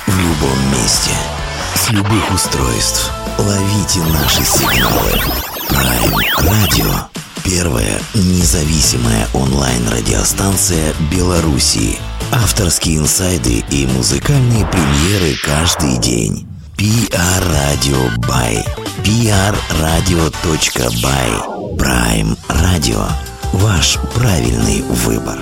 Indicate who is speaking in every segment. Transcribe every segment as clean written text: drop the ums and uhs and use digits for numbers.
Speaker 1: В любом месте, с любых устройств. Ловите наши сигналы. Prime Radio. Первая независимая онлайн-радиостанция Беларуси. Авторские инсайды и музыкальные премьеры каждый день. PR Radio by prradio.by. Prime Radio. Ваш правильный выбор.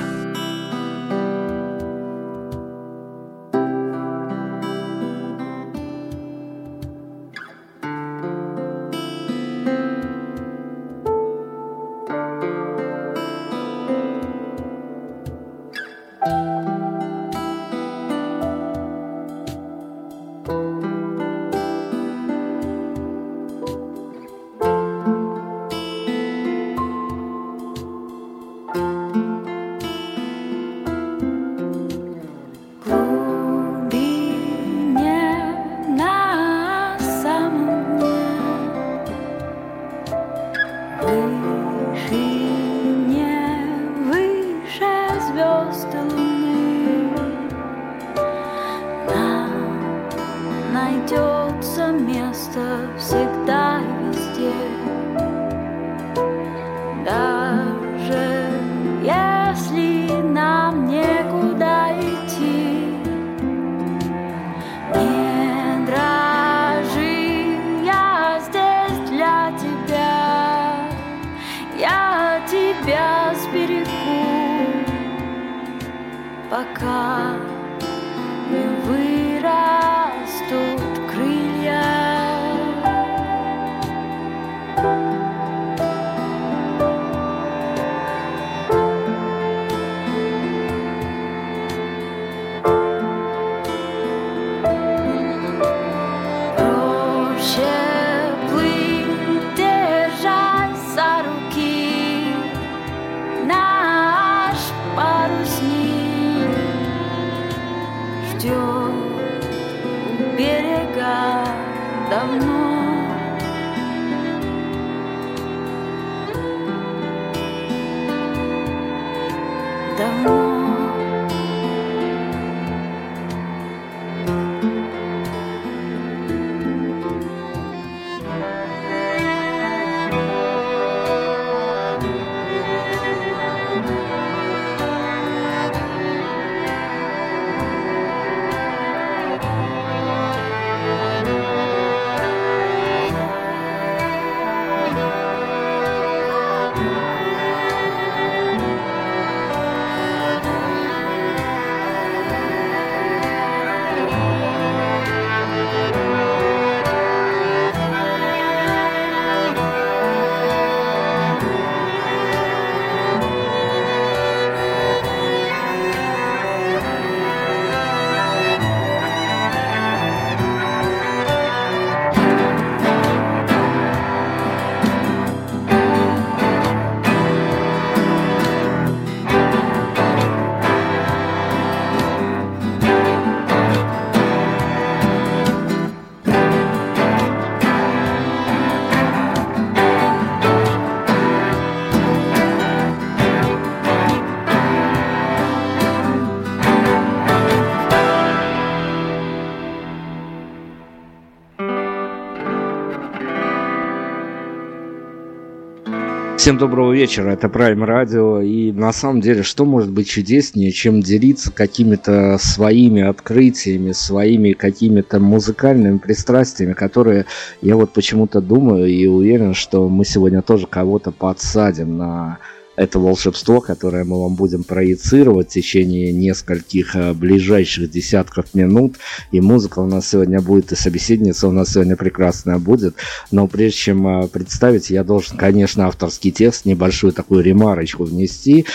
Speaker 2: Всем доброго вечера, это Prime Radio, и на самом деле, что может быть чудеснее, чем делиться какими-то своими открытиями, своими какими-то музыкальными пристрастиями, которые я вот почему-то думаю и уверен, что мы сегодня тоже кого-то подсадим на это волшебство, которое мы вам будем проецировать в течение нескольких ближайших десятков минут. И музыка у нас сегодня будет, и собеседница у нас сегодня прекрасная будет. Но прежде чем представить, я должен, конечно, авторский текст, небольшую такую ремарочку внести.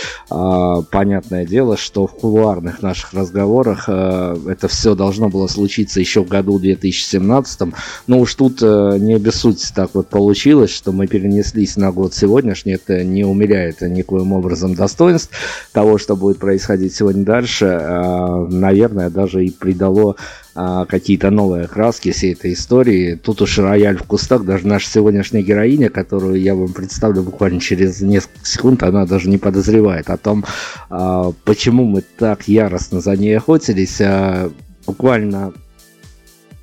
Speaker 2: Понятное дело, что в кулуарных наших разговорах это все должно было случиться еще в году 2017. Но уж тут не обессудьте, так вот получилось, что мы перенеслись на год сегодняшний. Это не умаляет никоим образом достоинств того, что будет происходить сегодня дальше. Наверное, даже и придало какие-то новые краски всей этой истории. Тут уж рояль в кустах. Даже наша сегодняшняя героиня, которую я вам представлю буквально через несколько секунд, она даже не подозревает о том, почему мы так яростно за ней охотились. Буквально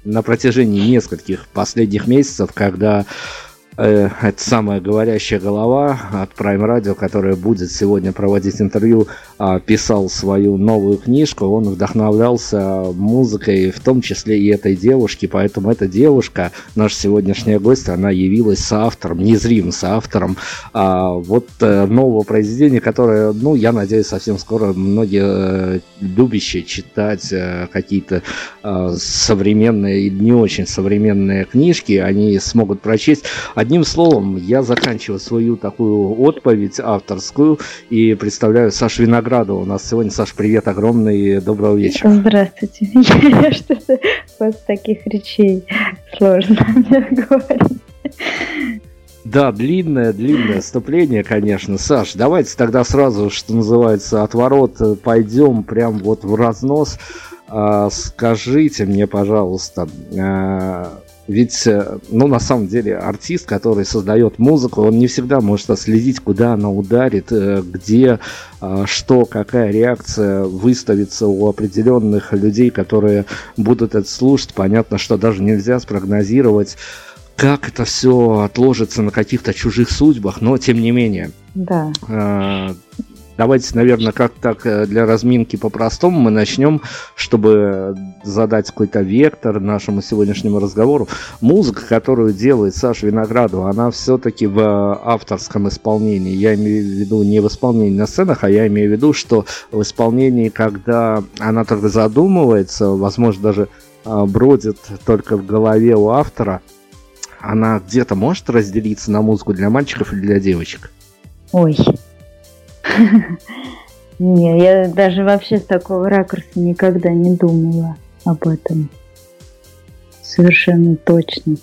Speaker 2: на протяжении нескольких последних месяцев, когда это самая говорящая голова от Prime Radio, которая будет сегодня проводить интервью, писал свою новую книжку. Он вдохновлялся музыкой, в том числе и этой девушки. Поэтому эта девушка, наша сегодняшняя гостья, она явилась соавтором, незримым соавтором нового произведения, которое, я надеюсь, совсем скоро многие любящие читать какие-то современные и не очень современные книжки, они смогут прочесть. Одним словом, я заканчиваю свою такую отповедь авторскую и представляю Сашу Виноградову. У нас сегодня, Саш, привет огромный, доброго вечера.
Speaker 3: Здравствуйте. Что-то после таких речей сложно мне говорить.
Speaker 2: Да, длинное вступление, конечно. Саш, давайте тогда сразу, что называется, от ворот пойдем прям вот в разнос. Скажите мне, пожалуйста, ведь, на самом деле, артист, который создает музыку, он не всегда может отследить, куда она ударит, где, что, какая реакция выставится у определенных людей, которые будут это слушать. Понятно, что даже нельзя спрогнозировать, как это все отложится на каких-то чужих судьбах, но тем не менее.
Speaker 3: Да.
Speaker 2: Давайте, наверное, как так для разминки по-простому мы начнем, чтобы задать какой-то вектор нашему сегодняшнему разговору. Музыка, которую делает Саша Виноградова, она все-таки в авторском исполнении. Я имею в виду не в исполнении на сценах, а я имею в виду, что в исполнении, когда она только задумывается, возможно, даже бродит только в голове у автора, она где-то может разделиться на музыку для мальчиков или для девочек?
Speaker 3: Ой. Не, я даже вообще с такого ракурса никогда не думала об этом. Совершенно точно.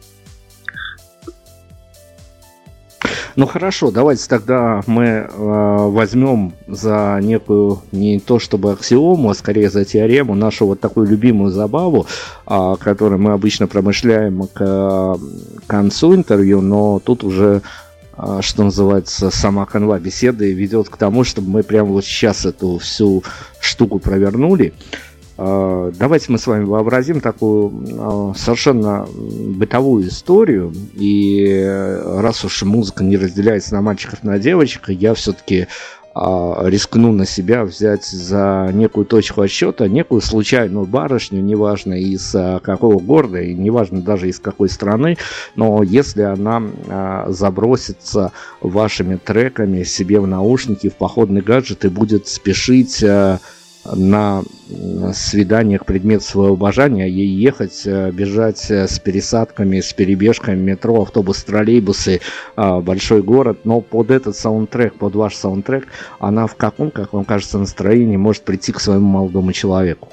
Speaker 2: Хорошо, давайте тогда мы возьмем за некую, не то чтобы аксиому, а скорее за теорему, нашу вот такую любимую забаву, которую мы обычно промышляем к концу интервью, но тут уже, что называется, сама канва беседы ведет к тому, чтобы мы прямо вот сейчас эту всю штуку провернули. Давайте мы с вами вообразим такую совершенно бытовую историю. И раз уж музыка не разделяется на мальчиков и на девочек, я все-таки рискну на себя взять за некую точку отсчета некую случайную барышню, неважно из какого города и неважно даже из какой страны, но если она забросится вашими треками себе в наушники, в походный гаджет и будет спешить на свидание к предмету своего обожания, ей ехать, бежать с пересадками, с перебежками, метро, автобус, троллейбусы, большой город, но под этот саундтрек, под ваш саундтрек, она в каком, как вам кажется, настроении может прийти к своему молодому человеку?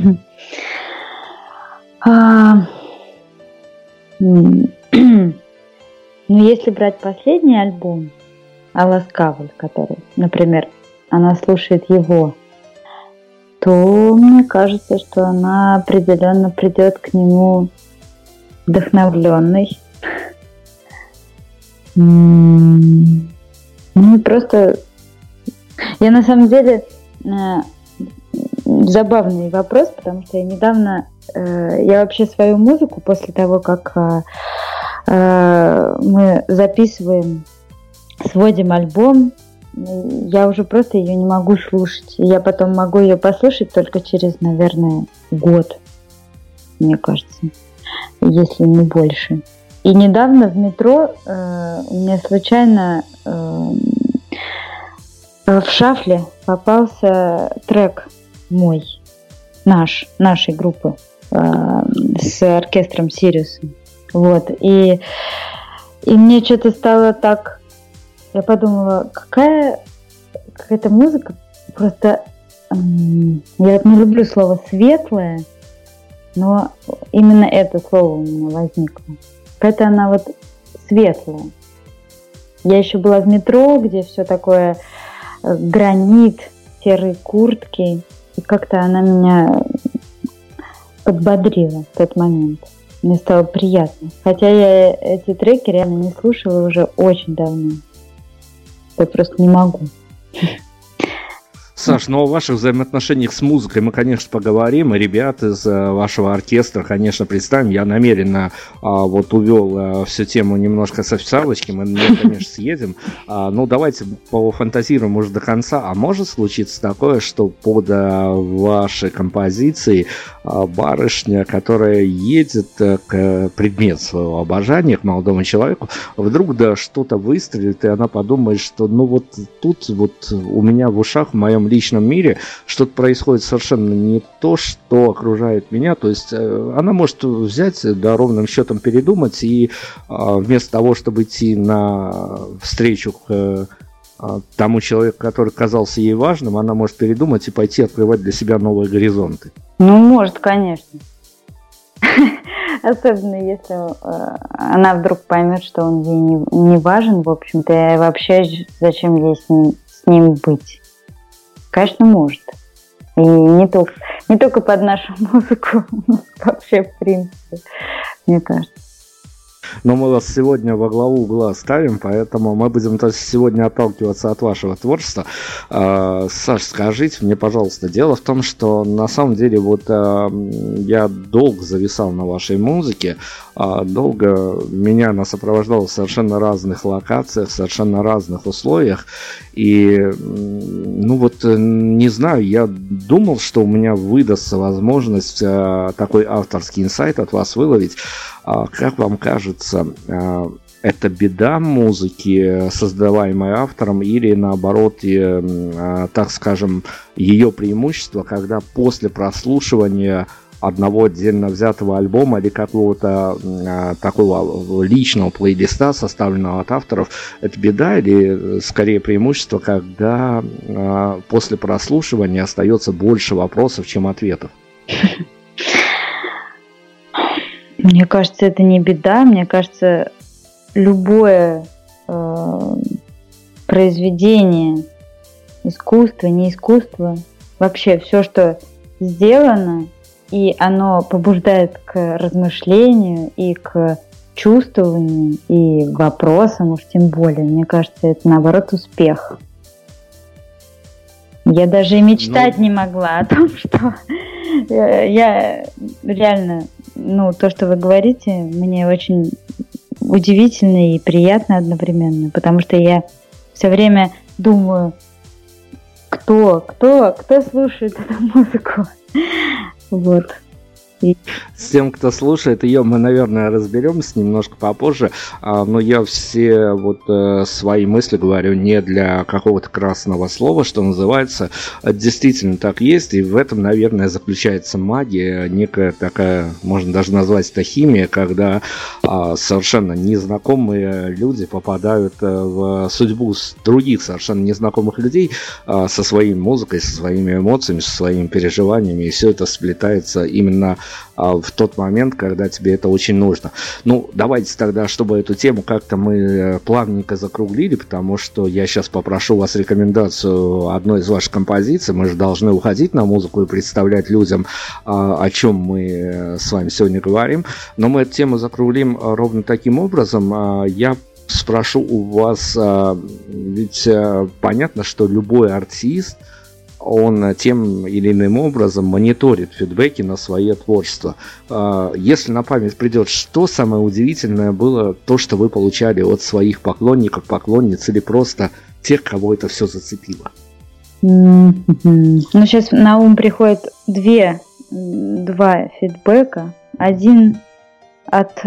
Speaker 3: Если брать последний альбом Алла Скаваль, который, например, она слушает его, то мне кажется, что она определенно придет к нему вдохновленной. Просто я на самом деле забавный вопрос, потому что я недавно я вообще свою музыку после того, как мы записываем, сводим альбом, я уже просто ее не могу слушать. Я потом могу ее послушать только через, наверное, год, мне кажется, если не больше. И недавно в метро у меня случайно в шафле попался трек мой, нашей группы с оркестром Сириусом. Вот. И мне что-то стало так... Я подумала, какая-то музыка просто... Я вот не люблю слово «светлая», но именно это слово у меня возникло. Какая-то она вот светлая. Я еще была в метро, где все такое гранит, серые куртки. И как-то она меня подбодрила в тот момент. Мне стало приятно. Хотя я эти треки реально не слушала уже очень давно. Я просто не могу.
Speaker 2: Саш, ну о ваших взаимоотношениях с музыкой мы, конечно, поговорим. И ребят из вашего оркестра, конечно, представим. Я намеренно вот увел всю тему немножко с официалочки. Мы, конечно, съедем. Ну, давайте пофантазируем уже до конца. А может случиться такое, что под вашей композицией барышня, которая едет к предмету своего обожания, к молодому человеку, вдруг да что-то выстрелит, и она подумает, что ну вот тут вот у меня в ушах, в моем личном мире что-то происходит совершенно не то, что окружает меня. То есть она может взять, да, ровным счетом передумать, и вместо того, чтобы идти на встречу к тому человеку, который казался ей важным, она может передумать и пойти открывать для себя новые горизонты.
Speaker 3: Ну, может, конечно. Особенно если она вдруг поймет, что он ей не важен, в общем-то, и вообще зачем ей с ним быть. Конечно, может. И не только под нашу музыку, вообще, в принципе, мне кажется.
Speaker 2: Но мы вас сегодня во главу угла ставим, поэтому мы будем сегодня отталкиваться от вашего творчества. Саш, скажите мне, пожалуйста, дело в том, что на самом деле вот я долго зависал на вашей музыке, долго меня она сопровождала в совершенно разных локациях, в совершенно разных условиях. И, ну вот, не знаю, я думал, что у меня выдастся возможность такой авторский инсайт от вас выловить. Как вам кажется, это беда музыки, создаваемой автором, или наоборот, так скажем, ее преимущество, когда после прослушивания одного отдельно взятого альбома или какого-то такого личного плейлиста, составленного от авторов, это беда или скорее преимущество, когда после прослушивания остается больше вопросов, чем ответов?
Speaker 3: Мне кажется, это не беда. Мне кажется, любое произведение, искусство, не искусство, вообще все, что сделано, и оно побуждает к размышлению и к чувствованию, и вопросам уж тем более. Мне кажется, это наоборот успех. Я даже и мечтать не могла о том, что я реально, то, что вы говорите, мне очень удивительно и приятно одновременно, потому что я все время думаю, кто слушает эту музыку. Вот.
Speaker 2: С тем, кто слушает ее, мы, наверное, разберемся немножко попозже, но я все свои мысли говорю не для какого-то красного слова, что называется. Действительно так есть, и в этом, наверное, заключается магия, некая такая, можно даже назвать это химия, когда совершенно незнакомые люди попадают в судьбу других совершенно незнакомых людей со своей музыкой, со своими эмоциями, со своими переживаниями, и все это сплетается именно в тот момент, когда тебе это очень нужно. Ну, давайте тогда, чтобы эту тему как-то мы плавненько закруглили, потому что я сейчас попрошу вас рекомендацию одной из ваших композиций. Мы же должны уходить на музыку и представлять людям, о чем мы с вами сегодня говорим. Но мы эту тему закруглим ровно таким образом. Я спрошу у вас, ведь понятно, что любой артист, он тем или иным образом мониторит фидбэки на свое творчество. Если на память придет, что самое удивительное было то, что вы получали от своих поклонников, поклонниц или просто тех, кого это все зацепило?
Speaker 3: Сейчас на ум приходит два фидбэка. Один от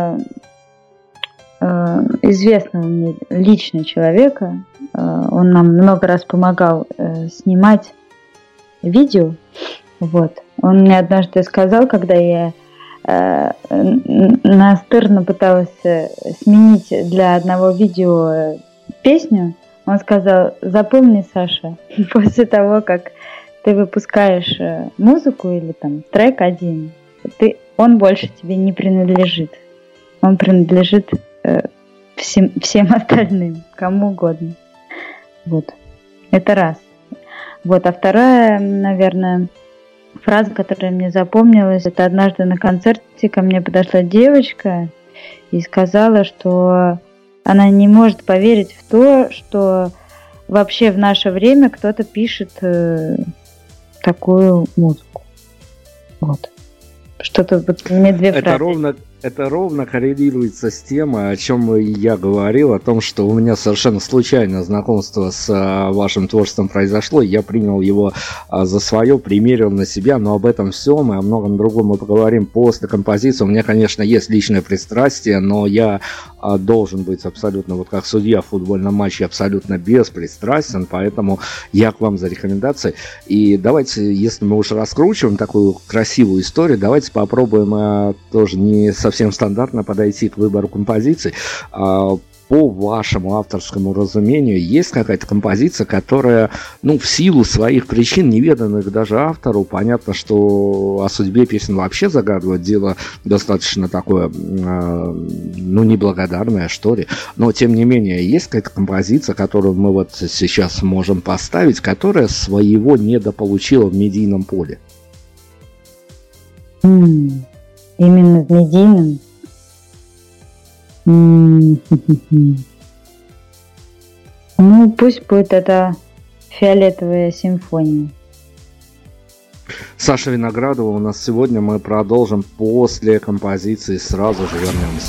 Speaker 3: известного мне лично человека. Он нам много раз помогал снимать видео. Вот. Он мне однажды сказал, когда я настырно пыталась сменить для одного видео песню, он сказал: запомни, Саша, после того, как ты выпускаешь музыку или там трек один, он больше тебе не принадлежит. Он принадлежит всем остальным, кому угодно. Вот. Это раз. Вот. А вторая, наверное, фраза, которая мне запомнилась, это однажды на концерте ко мне подошла девочка и сказала, что она не может поверить в то, что вообще в наше время кто-то пишет такую музыку. Вот. Что-то вот мне две фразы.
Speaker 2: Это ровно коррелируется с тем, о чем я говорил, о том, что у меня совершенно случайное знакомство с вашим творчеством произошло, я принял его за свое, примерил на себя, но об этом всем и о многом другом мы поговорим после композиции. У меня, конечно, есть личное пристрастие, но я должен быть абсолютно, вот как судья в футбольном матче, абсолютно беспристрастен, поэтому я к вам за рекомендацией. И давайте, если мы уж раскручиваем такую красивую историю, давайте попробуем тоже не совсем стандартно подойти к выбору композиций. По вашему авторскому разумению, есть какая-то композиция, которая, в силу своих причин, неведанных даже автору, понятно, что о судьбе песен вообще загадывать дело достаточно такое, неблагодарное, что ли, но, тем не менее, есть какая-то композиция, которую мы вот сейчас можем поставить, которая своего недополучила в медийном поле?
Speaker 3: Именно в медийном? Пусть будет это «Фиолетовая симфония».
Speaker 2: Саша Виноградова у нас сегодня. Мы продолжим после композиции, сразу же вернемся.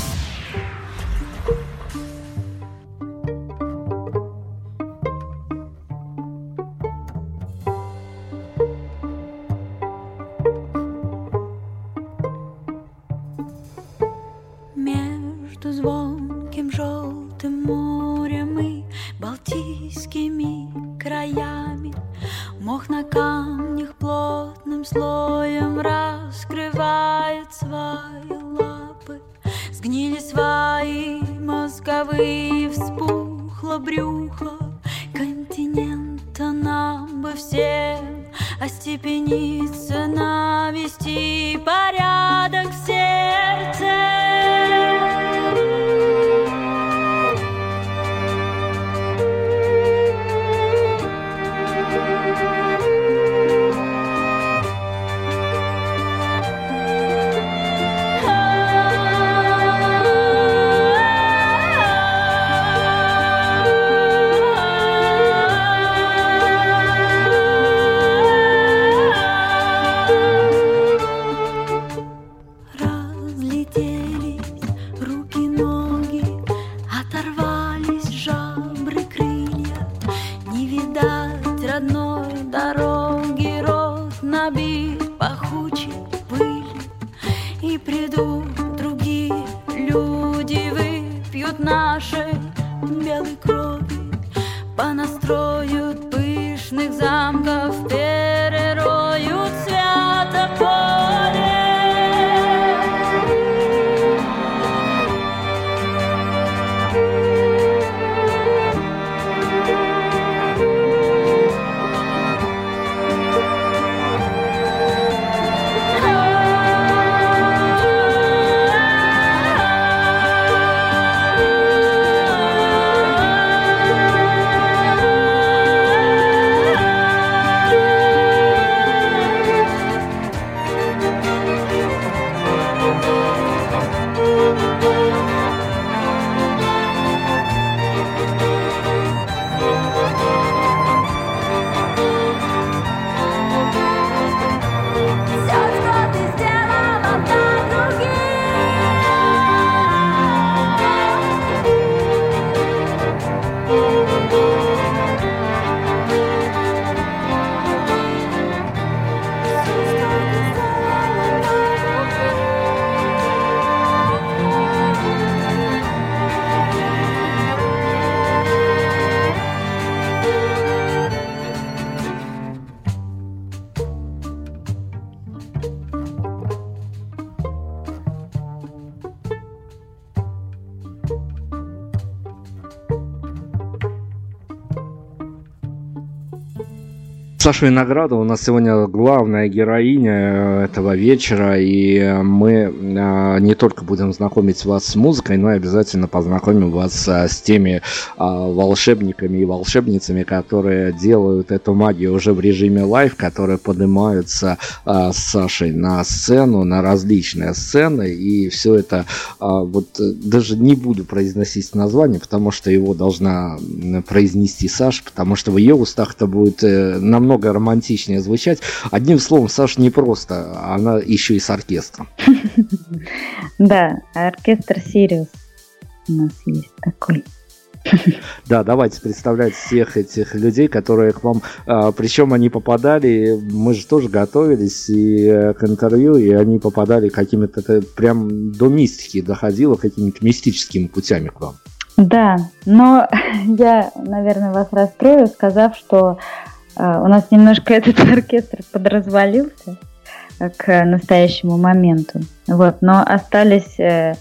Speaker 2: Саша Виноградова у нас сегодня главная героиня этого вечера, и мы не только будем знакомить вас с музыкой, но и обязательно познакомим вас с теми волшебниками и волшебницами, которые делают эту магию уже в режиме лайв, которые поднимаются с Сашей на сцену, на различные сцены, и все это, вот даже не буду произносить название, потому что его должна произнести Саша, потому что в ее устах это будет намного романтичнее звучать. Одним словом, Саша не просто, она еще и с оркестром.
Speaker 3: Да, оркестр Сириус у нас есть такой.
Speaker 2: Да, давайте представлять всех этих людей, которые к вам, причем они попадали, мы же тоже готовились и к интервью, и они попадали какими-то, прям до мистики доходило, какими-то мистическими путями к вам.
Speaker 3: Да, но я, наверное, вас расстрою, сказав, что у нас немножко этот оркестр подразвалился к настоящему моменту. Вот, но остались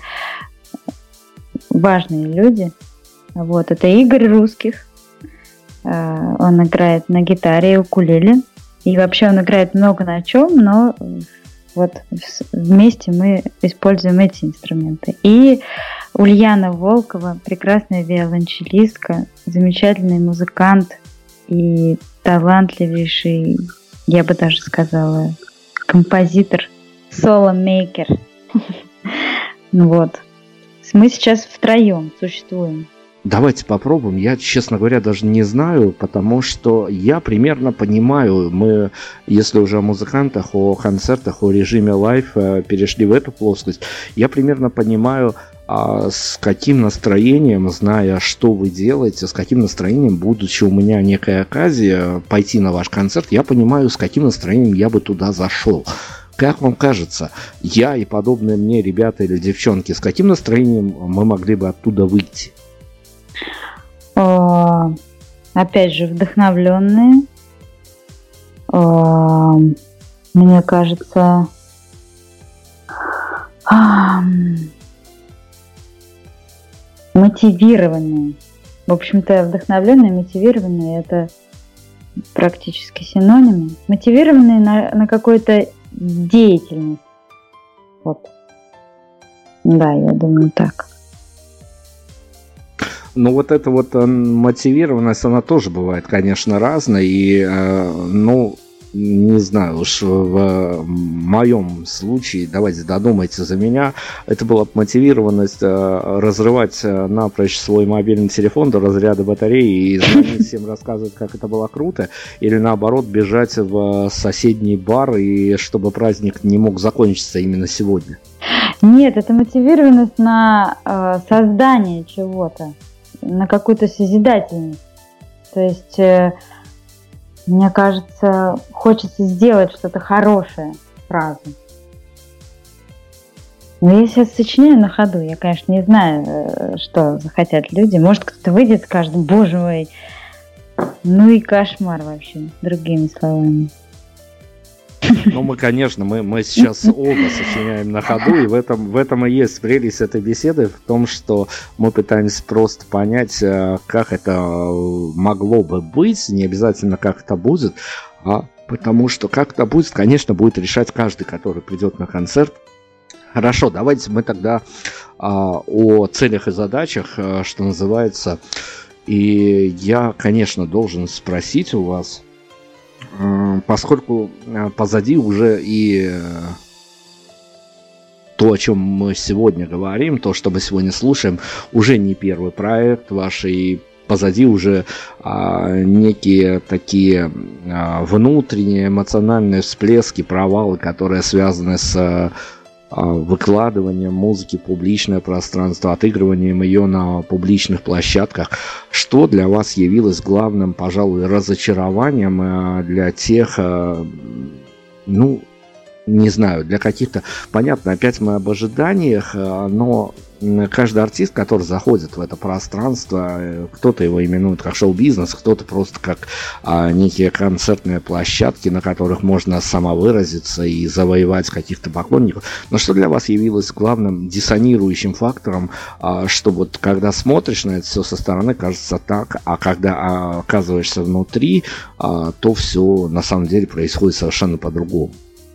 Speaker 3: важные люди. Вот, это Игорь Русских. Он играет на гитаре и укулеле. И вообще он играет много на чем, но вот вместе мы используем эти инструменты. И Ульяна Волкова, прекрасная виолончелистка, замечательный музыкант и талантливейший, я бы даже сказала, композитор, соло-мейкер. Вот. Мы сейчас втроем существуем.
Speaker 2: Давайте попробуем. Я, честно говоря, даже не знаю, потому что я примерно понимаю, мы, если уже о музыкантах, о концертах, о режиме лайв перешли в эту плоскость, я примерно понимаю, с каким настроением, зная, что вы делаете, с каким настроением, будучи у меня некая оказия пойти на ваш концерт, я понимаю, с каким настроением я бы туда зашел. Как вам кажется, я и подобные мне ребята или девчонки, с каким настроением мы могли бы оттуда выйти?
Speaker 3: Опять же, вдохновленные. Мне кажется, мотивированные. В общем-то, вдохновленные, мотивированные — это практически синонимы. Мотивированные на какую-то деятельность. Вот. Да, я думаю, так.
Speaker 2: Ну, вот эта вот мотивированность, она тоже бывает, конечно, разная. И, ну, не знаю, уж в моем случае, давайте додумайте за меня, это была мотивированность разрывать напрочь свой мобильный телефон до разряда батареи и звонить всем, рассказывать, как это было круто, или наоборот бежать в соседний бар, и чтобы праздник не мог закончиться именно сегодня.
Speaker 3: Нет, это мотивированность на создание чего-то, на какую-то созидательность. То есть, мне кажется, хочется сделать что-то хорошее сразу. Но я сейчас сочиняю на ходу. Я, конечно, не знаю, что захотят люди. Может, кто-то выйдет и скажет: боже мой, ну и кошмар вообще, другими словами.
Speaker 2: Ну, мы, конечно, мы сейчас оба сочиняем на ходу, и в этом и есть прелесть этой беседы, в том, что мы пытаемся просто понять, как это могло бы быть, не обязательно как это будет, потому что как это будет, конечно, будет решать каждый, который придет на концерт. Хорошо, давайте мы тогда о целях и задачах, что называется, и я, конечно, должен спросить у вас, поскольку позади уже и то, о чем мы сегодня говорим, то, что мы сегодня слушаем, уже не первый проект ваш, и позади уже некие такие внутренние эмоциональные всплески, провалы, которые связаны с выкладыванием музыки в публичное пространство, отыгрыванием ее на публичных площадках. Что для вас явилось главным, пожалуй, разочарованием для тех, ну, не знаю, для каких-то... Понятно, опять мы об ожиданиях, но каждый артист, который заходит в это пространство, кто-то его именует как шоу-бизнес, кто-то просто как некие концертные площадки, на которых можно самовыразиться и завоевать каких-то поклонников. Но что для вас явилось главным диссонирующим фактором, что вот когда смотришь на это все со стороны, кажется так, а когда оказываешься внутри, то все на самом деле происходит совершенно по-другому?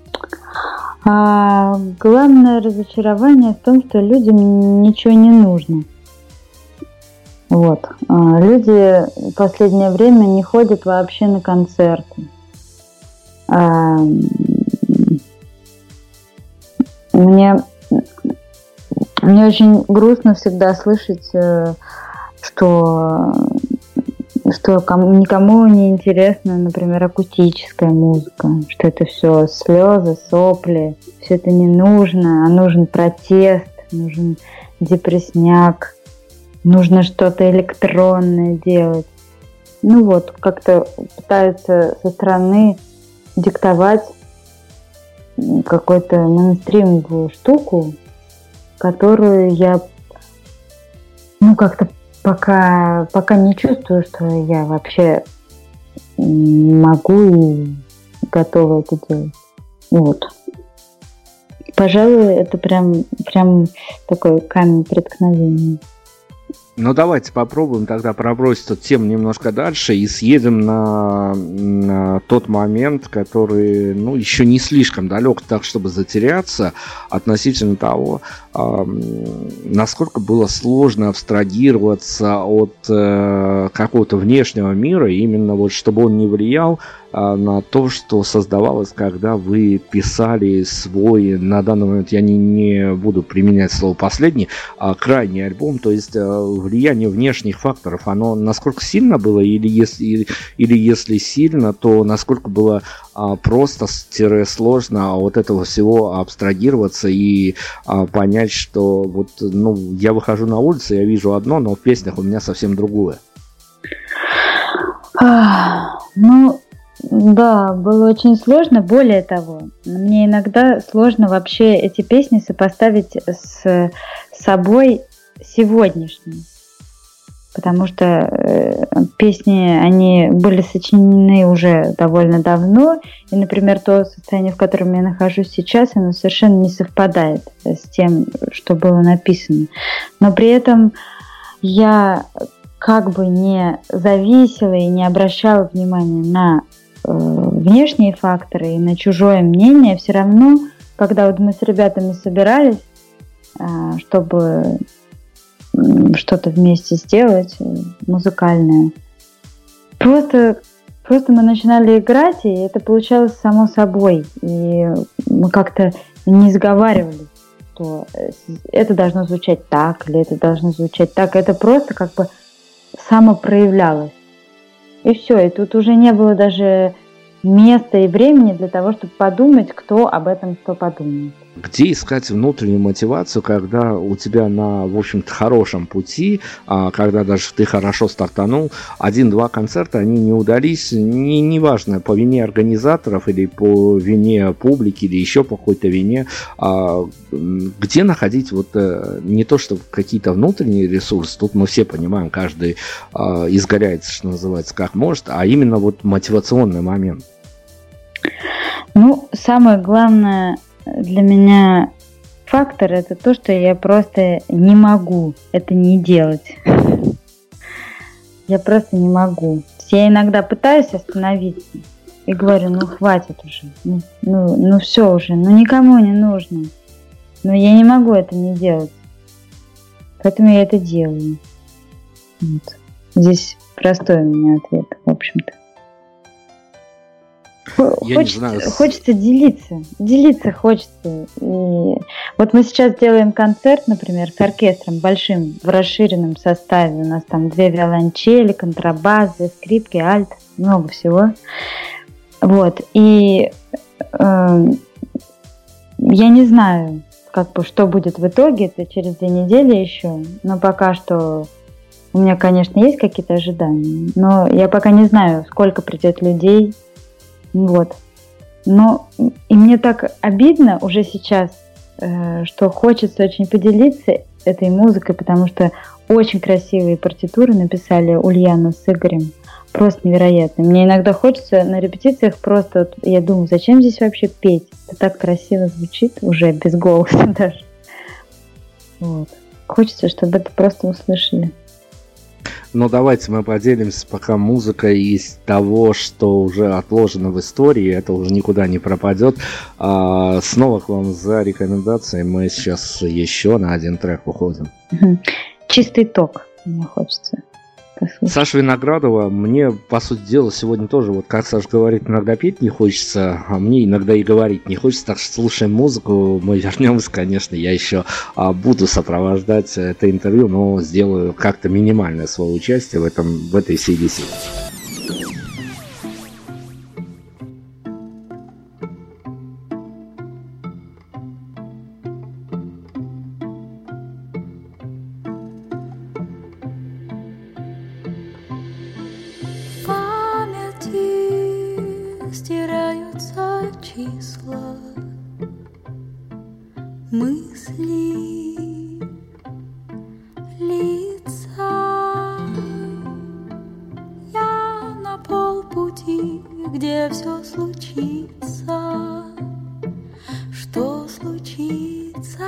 Speaker 3: Главное разочарование в том, что людям ничего не нужно. Вот. Люди в последнее время не ходят вообще на концерты. Мне очень грустно всегда слышать, что никому не интересна, например, акустическая музыка, что это все слезы, сопли, все это не нужно, а нужен протест, нужен депрессняк, нужно что-то электронное делать. Ну вот, как-то пытаются со стороны диктовать какую-то мейнстримовую штуку, которую я, как-то пока не чувствую, что я вообще могу и готова это делать. Вот. Пожалуй, это прям такой камень преткновения.
Speaker 2: Ну, давайте попробуем тогда пробросить эту тему немножко дальше и съедем на тот момент, который, еще не слишком далек, так, чтобы затеряться, относительно того, насколько было сложно абстрагироваться от какого-то внешнего мира, именно вот чтобы он не влиял на то, что создавалось, когда вы писали свой, на данный момент я не буду применять слово «последний», крайний альбом, то есть влияние внешних факторов, оно насколько сильно было, или если сильно, то насколько было просто-сложно от этого всего абстрагироваться и понять, что вот, я выхожу на улицу, я вижу одно, но в песнях у меня совсем другое.
Speaker 3: Да, было очень сложно. Более того, мне иногда сложно вообще эти песни сопоставить с собой сегодняшней. Потому что песни, они были сочинены уже довольно давно. И, например, то состояние, в котором я нахожусь сейчас, оно совершенно не совпадает с тем, что было написано. Но при этом я как бы не зависела и не обращала внимания на внешние факторы и на чужое мнение, все равно, когда вот мы с ребятами собирались, чтобы что-то вместе сделать музыкальное, просто мы начинали играть, и это получалось само собой, и мы как-то не сговаривались, что это должно звучать так, или это должно звучать так, это просто как бы самопроявлялось. И все, и тут уже не было даже места и времени для того, чтобы подумать, кто об этом что подумает.
Speaker 2: Где искать внутреннюю мотивацию, когда у тебя на, в общем-то, хорошем пути, когда даже ты хорошо стартанул, 1-2 концерта, они не удались, неважно, по вине организаторов или по вине публики, или еще по какой-то вине, где находить вот не то, что какие-то внутренние ресурсы, тут мы все понимаем, каждый изгоряется, что называется, как может, а именно вот мотивационный момент.
Speaker 3: Самое главное для меня фактор — это то, что я просто не могу это не делать. Я просто не могу. Я иногда пытаюсь остановиться и говорю, хватит уже, все уже, никому не нужно. Но я не могу это не делать. Поэтому я это делаю. Вот. Здесь простой у меня ответ, в общем-то. Хочется делиться хочется. И вот мы сейчас делаем концерт, например, с оркестром большим, в расширенном составе. У нас там 2 виолончели, контрабас, 2 скрипки, альт, много всего. Вот. И я не знаю, что будет в итоге, это через 2 недели еще, но пока что у меня, конечно, есть какие-то ожидания, но я пока не знаю, сколько придет людей. Вот. Но и мне так обидно уже сейчас, что хочется очень поделиться этой музыкой, потому что очень красивые партитуры написали Ульяна с Игорем. Просто невероятно. Мне иногда хочется на репетициях просто, я думаю, зачем здесь вообще петь? Это так красиво звучит, уже без голоса даже. Вот. Хочется, чтобы это просто услышали.
Speaker 2: Но давайте мы поделимся пока музыкой из того, что уже отложено в истории, это уже никуда не пропадет. Снова к вам за рекомендацией. Мы сейчас еще на один трек уходим.
Speaker 3: Чистый ток мне хочется послушать.
Speaker 2: Саша Виноградова, мне, по сути дела, сегодня тоже, вот как Саша говорит, иногда петь не хочется, а мне иногда и говорить не хочется, так что слушаем музыку, мы вернемся, конечно, я еще буду сопровождать это интервью, но сделаю как-то минимальное свое участие в этой всей беседе.
Speaker 4: Стираются числа, мысли, лица. Я на полпути, где все случится, что случится.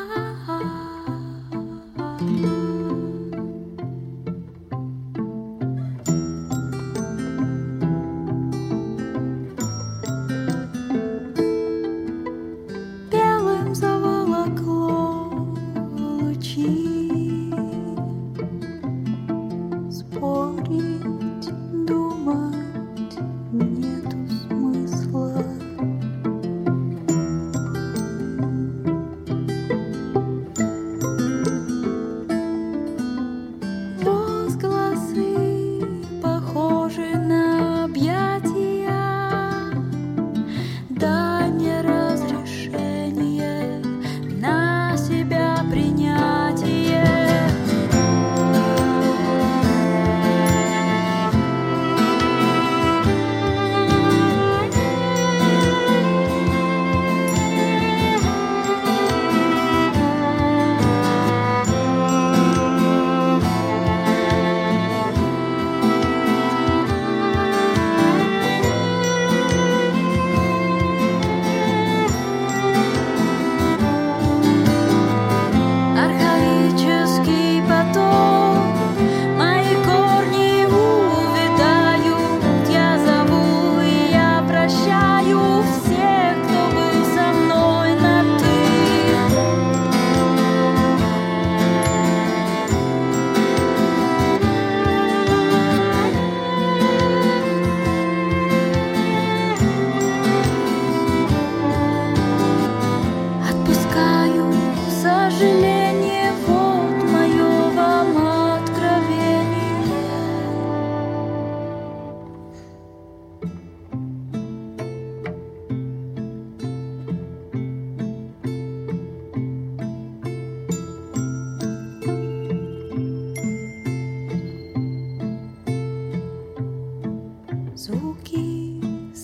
Speaker 4: Звуки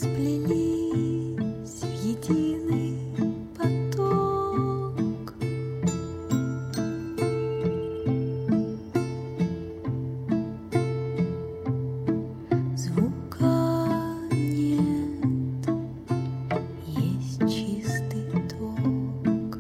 Speaker 4: сплелись в единый поток. Звука нет, есть чистый ток.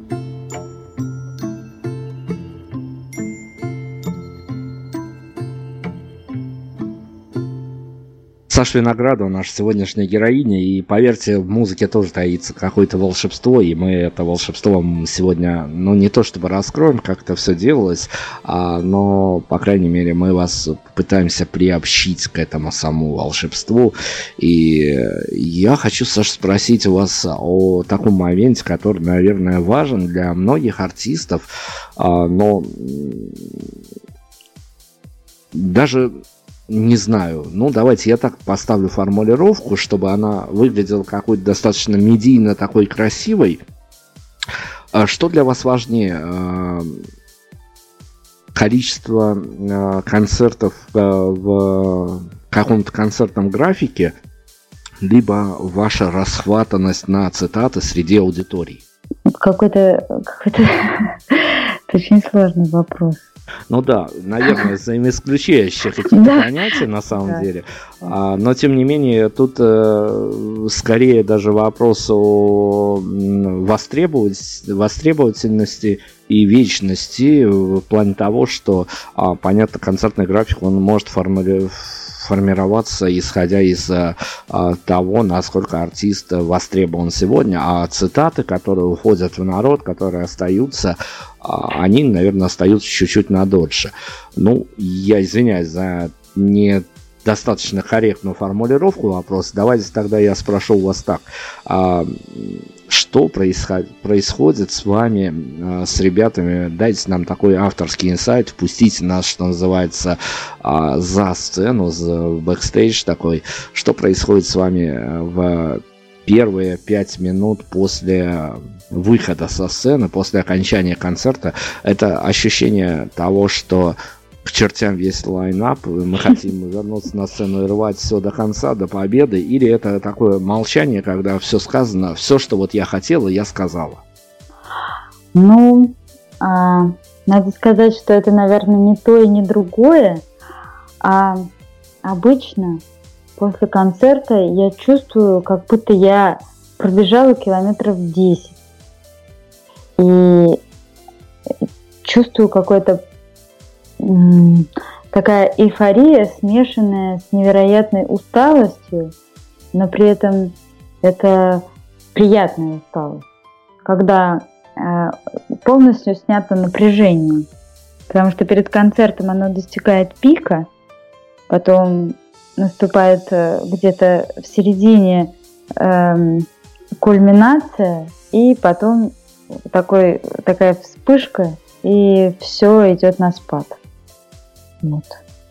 Speaker 2: Саша Виноградова, наша сегодняшняя героиня, и поверьте, в музыке тоже таится какое-то волшебство, и мы это волшебство сегодня, ну, не то чтобы раскроем, как это все делалось, но, по крайней мере, мы вас пытаемся приобщить к этому самому волшебству. И я хочу, Саша, спросить у вас о таком моменте, который, наверное, важен для многих артистов, но даже... Не знаю. Ну, давайте я так поставлю формулировку, чтобы она выглядела какой-то достаточно медийно такой красивой. Что для вас важнее? Количество концертов в каком-то концертном графике либо ваша расхватанность на цитаты среди аудитории?
Speaker 3: Какой-то это очень сложный вопрос.
Speaker 2: Ну да, наверное, взаимоисключающие какие-то понятия на самом деле. Но тем не менее, тут скорее даже вопрос о востребовательности и вечности в плане того, что, понятно, концертный график, он может формироваться, исходя из того, насколько артист востребован сегодня, а цитаты, которые уходят в народ, которые остаются, они, наверное, остаются чуть-чуть надольше. Ну, я извиняюсь за недостаточно корректную формулировку вопроса. Давайте тогда я спрошу у вас так. Что происходит с вами, с ребятами? Дайте нам такой авторский инсайт, впустите нас, что называется, за сцену, в бэкстейдж такой. Что происходит с вами в первые 5 минут после выхода со сцены, после окончания концерта? Это ощущение того, что к чертям весь лайнап, мы хотим вернуться на сцену и рвать все до конца, до победы, или это такое молчание, когда все сказано, все, что вот я хотела, я сказала?
Speaker 3: Ну, надо сказать, что это, наверное, не то и не другое, а обычно после концерта я чувствую, как будто я пробежала километров 10. И чувствую какой-то такая эйфория, смешанная с невероятной усталостью, но при этом это приятная усталость, когда полностью снято напряжение, потому что перед концертом оно достигает пика, потом наступает где-то в середине кульминация, и потом такая вспышка, и все идет на спад. Вот.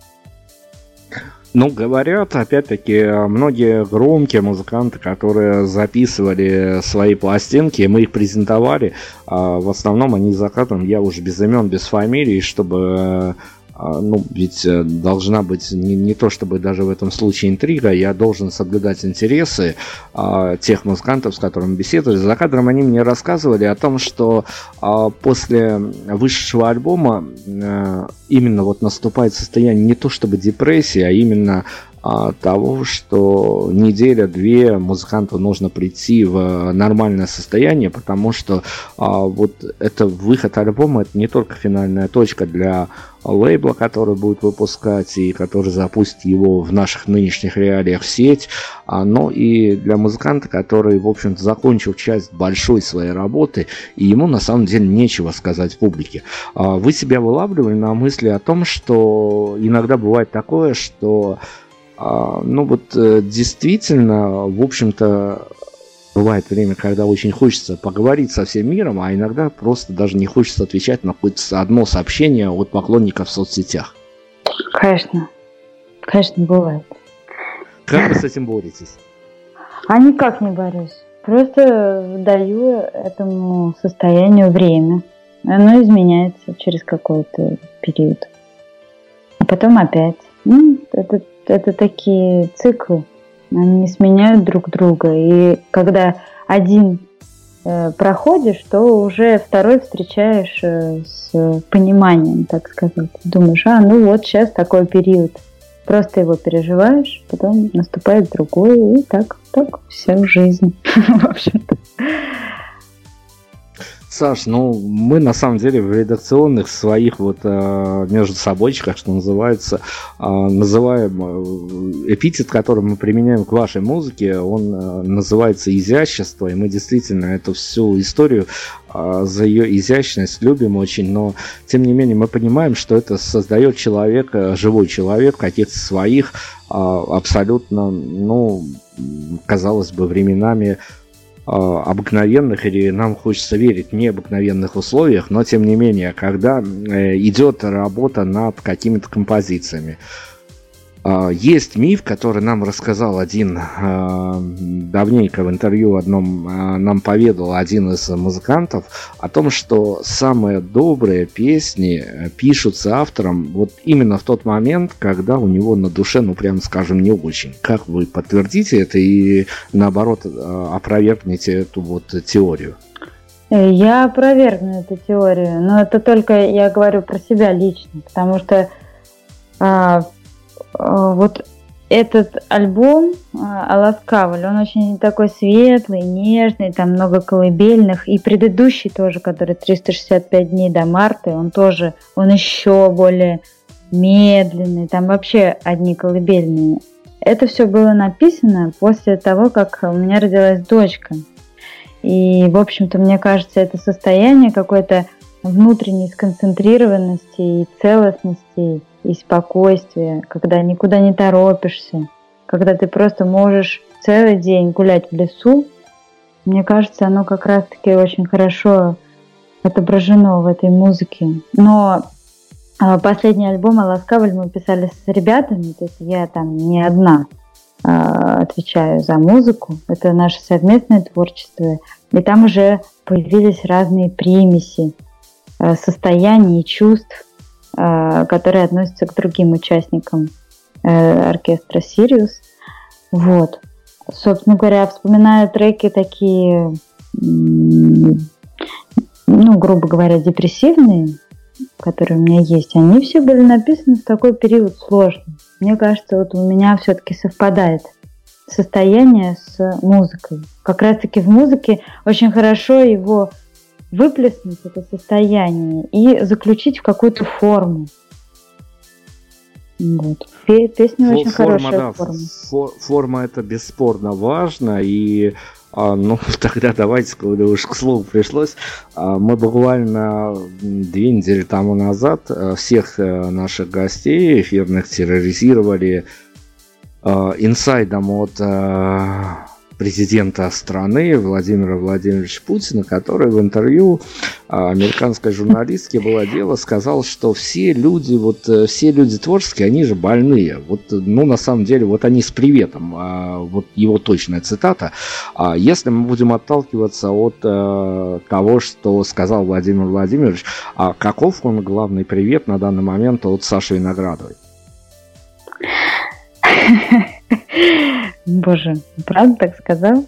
Speaker 2: Ну, говорят, опять-таки, многие громкие музыканты, которые записывали свои пластинки, мы их презентовали, в основном они закатом, я уже без имен, без фамилий, чтобы... Ну, ведь должна быть не то, чтобы даже в этом случае интрига, я должен соблюдать интересы тех музыкантов, с которыми беседовали. За кадром они мне рассказывали о том, что после вышедшего альбома именно вот наступает состояние не то чтобы депрессии, а именно того, что неделя-две музыканту нужно прийти в нормальное состояние, потому что вот это выход альбома, это не только финальная точка для лейбла, который будет выпускать и который запустит его в наших нынешних реалиях в сеть, но и для музыканта, который, в общем-то, закончил часть большой своей работы, и ему на самом деле нечего сказать публике. Вы себя вылавливали на мысли о том, что иногда бывает такое, что ну вот действительно, в общем-то, бывает время, когда очень хочется поговорить со всем миром, а иногда просто даже не хочется отвечать на какое-то одно сообщение от поклонников в соцсетях.
Speaker 3: Конечно, бывает.
Speaker 2: Как вы с этим боретесь?
Speaker 3: А никак не борюсь. Просто даю этому состоянию время. Оно изменяется через какой-то период. А потом опять. Ну, это такие циклы. Они не сменяют друг друга. И когда один проходишь, то уже второй встречаешь с пониманием, так сказать. Думаешь, ну вот сейчас такой период. Просто его переживаешь, потом наступает другой, и так вся жизнь, в общем-то.
Speaker 2: Саш, ну мы на самом деле в редакционных своих вот между собойчиках, что называется, называем эпитет, который мы применяем к вашей музыке, он называется изящество, и мы действительно эту всю историю за ее изящность любим очень, но тем не менее мы понимаем, что это создает человек, живой человек, каких-то своих абсолютно, ну, казалось бы, временами обыкновенных, или нам хочется верить, необыкновенных условиях, но тем не менее, когда идет работа над какими-то композициями, Есть миф, который нам рассказал один давненько в интервью одном, нам поведал один из музыкантов о том, что самые добрые песни пишутся автором вот именно в тот момент, когда у него на душе, ну прямо скажем, не очень. Как вы подтвердите это и наоборот опровергнете эту вот теорию?
Speaker 3: Я опровергну эту теорию, но это только я говорю про себя лично, потому что вот этот альбом «Аласкаваль», он очень такой светлый, нежный, там много колыбельных, и предыдущий тоже, который 365 дней до марта, он тоже, он еще более медленный, там вообще одни колыбельные. Это все было написано после того, как у меня родилась дочка. И, в общем-то, мне кажется, это состояние какой-то внутренней сконцентрированности и целостности, и спокойствия, когда никуда не торопишься, когда ты просто можешь целый день гулять в лесу. Мне кажется, оно как раз-таки очень хорошо отображено в этой музыке. Но последний альбом «Аласкаваль» мы писали с ребятами, то есть я там не одна отвечаю за музыку, это наше совместное творчество, и там уже появились разные примеси, состояний и чувств, которые относятся к другим участникам оркестра «Сириус». Вот. Собственно говоря, вспоминая треки такие, ну, грубо говоря, депрессивные, которые у меня есть, они все были написаны в такой период сложный. Мне кажется, вот у меня все-таки совпадает состояние с музыкой. Как раз-таки в музыке очень хорошо его выплеснуть, это состояние, и заключить в какую-то форму. Вот. Песня очень хорошая форма.
Speaker 2: Форма это бесспорно важно, и ну, тогда давайте, когда уж к слову пришлось, мы буквально 2 недели тому назад всех наших гостей эфирных терроризировали инсайдом от президента страны Владимира Владимировича Путина, который в интервью американской журналистке «Было дело» сказал, что все люди творческие, они же больные. Вот, ну, на самом деле, вот они с приветом. Вот его точная цитата. Если мы будем отталкиваться от того, что сказал Владимир Владимирович, каков он главный привет на данный момент от Саши Виноградовой?
Speaker 3: Боже, правда так сказал?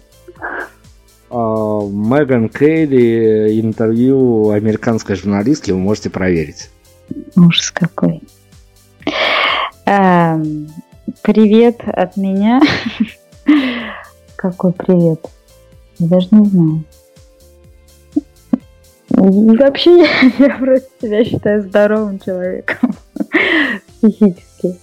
Speaker 2: Меган Келли, интервью американской журналистки, вы можете проверить.
Speaker 3: Ужас какой. Привет от меня. Какой привет? Я даже не знаю. И вообще я просто себя считаю здоровым человеком. Психически.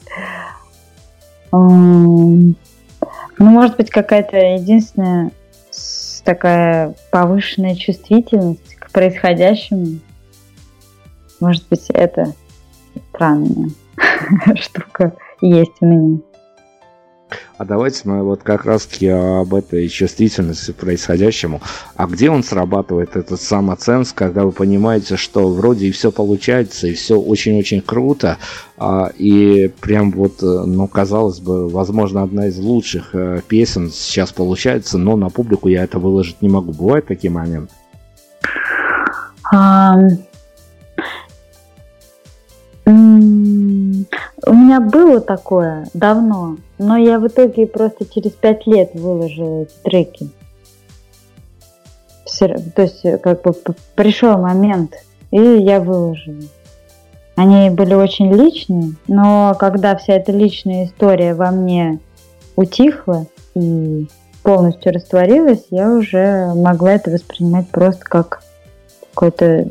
Speaker 3: Ну, может быть, какая-то единственная такая повышенная чувствительность к происходящему. Может быть, это странная штука есть у меня.
Speaker 2: А давайте мы вот как раз-таки об этой чувствительности происходящему. А где он срабатывает, этот самоценз, когда вы понимаете, что вроде и все получается, и все очень-очень круто, и прям вот, ну, казалось бы, возможно, одна из лучших песен сейчас получается, но на публику я это выложить не могу. Бывают такие моменты?
Speaker 3: У меня было такое давно, но я в итоге просто через 5 лет выложила эти треки. То есть, как бы пришел момент, и я выложила. Они были очень личные, но когда вся эта личная история во мне утихла и полностью растворилась, я уже могла это воспринимать просто как какой-то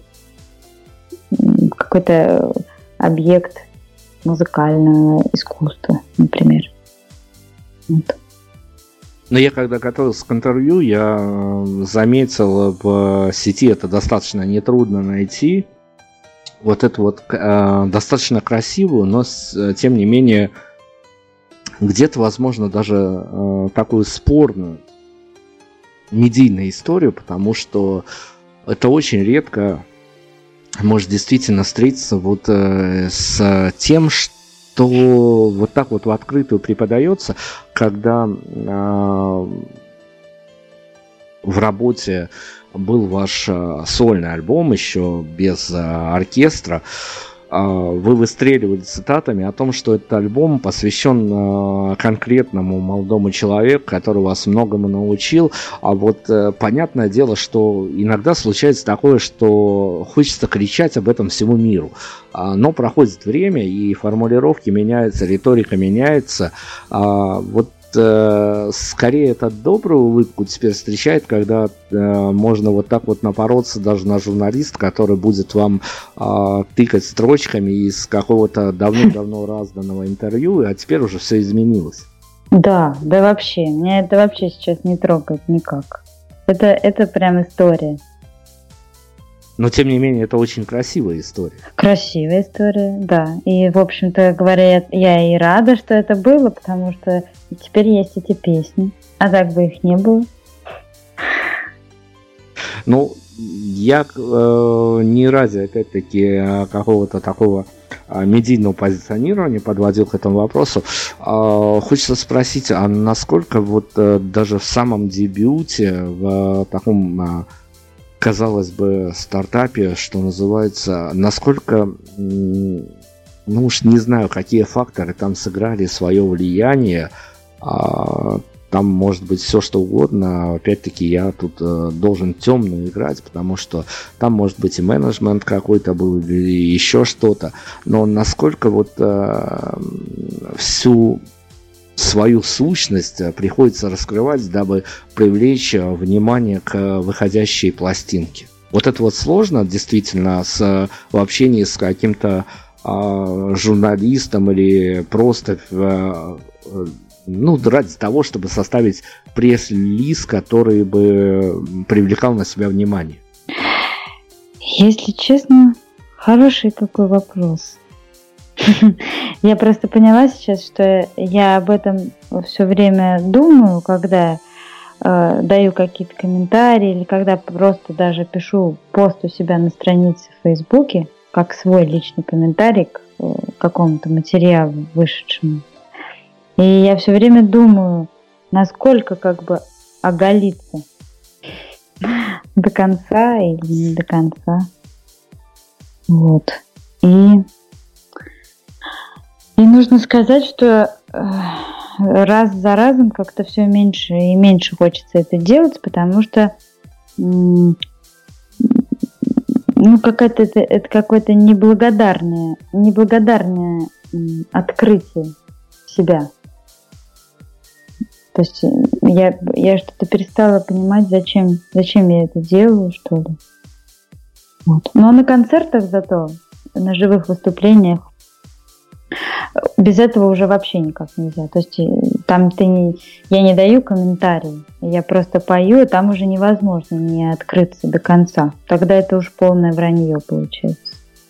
Speaker 3: объект музыкального искусства, например. Вот.
Speaker 2: Но я когда готовился к интервью, я заметил в сети, это достаточно нетрудно найти, вот эту вот достаточно красивую, но тем не менее где-то, возможно, даже такую спорную медийную историю, потому что это очень редко может действительно встретиться вот с тем, что вот так вот в открытую преподается, когда в работе был ваш сольный альбом еще без оркестра, вы выстреливали цитатами о том, что этот альбом посвящен конкретному молодому человеку, который вас многому научил. А вот понятное дело, что иногда случается такое, что хочется кричать об этом всему миру. Но проходит время, и формулировки меняются, риторика меняется. Вот скорее это добрую улыбку теперь встречает, когда можно вот так вот напороться даже на журналиста, который будет вам тыкать строчками из какого-то давно-давно разданного интервью, а теперь уже все изменилось.
Speaker 3: Да вообще, меня это вообще сейчас не трогает никак. Это прям история.
Speaker 2: Но, тем не менее, это очень красивая история.
Speaker 3: Красивая история, да. И, в общем-то говоря, я и рада, что это было, потому что теперь есть эти песни. А так бы их не было.
Speaker 2: Ну, я не ради, опять-таки, какого-то такого медийного позиционирования подводил к этому вопросу. Хочется спросить, а насколько вот даже в самом дебюте, в таком, казалось бы, стартапе, что называется, насколько, ну уж не знаю, какие факторы там сыграли свое влияние, там может быть все что угодно, опять-таки я тут должен темно играть, потому что там может быть и менеджмент какой-то был, или еще что-то, но насколько вот всю свою сущность приходится раскрывать, дабы привлечь внимание к выходящей пластинке. Вот это вот сложно действительно в общении с каким-то журналистом или просто ради того, чтобы составить пресс-релиз, который бы привлекал на себя внимание.
Speaker 3: Если честно, хороший какой вопрос. Я просто поняла сейчас, что я об этом все время думаю, когда даю какие-то комментарии или когда просто даже пишу пост у себя на странице в Фейсбуке, как свой личный комментарий к какому-то материалу вышедшему. И я все время думаю, насколько как бы оголиться до конца или не до конца. Вот. И нужно сказать, что раз за разом как-то все меньше и меньше хочется это делать, потому что это какое-то неблагодарное открытие себя. То есть я что-то перестала понимать, зачем я это делаю, что ли. Вот. Но на концертах зато, на живых выступлениях, без этого уже вообще никак нельзя. То есть там я не даю комментарий, я просто пою, и там уже невозможно не открыться до конца. Тогда это уж полное вранье получается.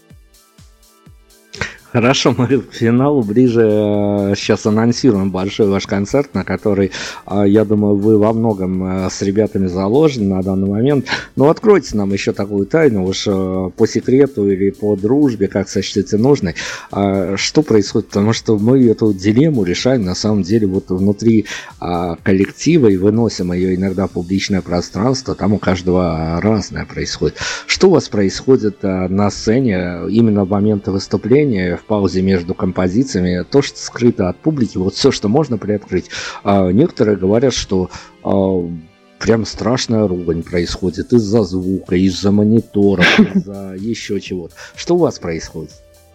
Speaker 2: Хорошо, мы к финалу ближе сейчас анонсируем большой ваш концерт, на который, я думаю, вы во многом с ребятами заложены на данный момент. Но откройте нам еще такую тайну, уж по секрету или по дружбе, как сочтете нужной, что происходит, потому что мы эту дилемму решаем на самом деле вот внутри коллектива и выносим ее иногда в публичное пространство, там у каждого разное происходит. Что у вас происходит на сцене именно в моменты выступления, в паузе между композициями, то, что скрыто от публики, вот все, что можно приоткрыть. Некоторые говорят, что прям страшная ругань происходит из-за звука, из-за мониторов, из-за еще чего-то. Что у вас происходит?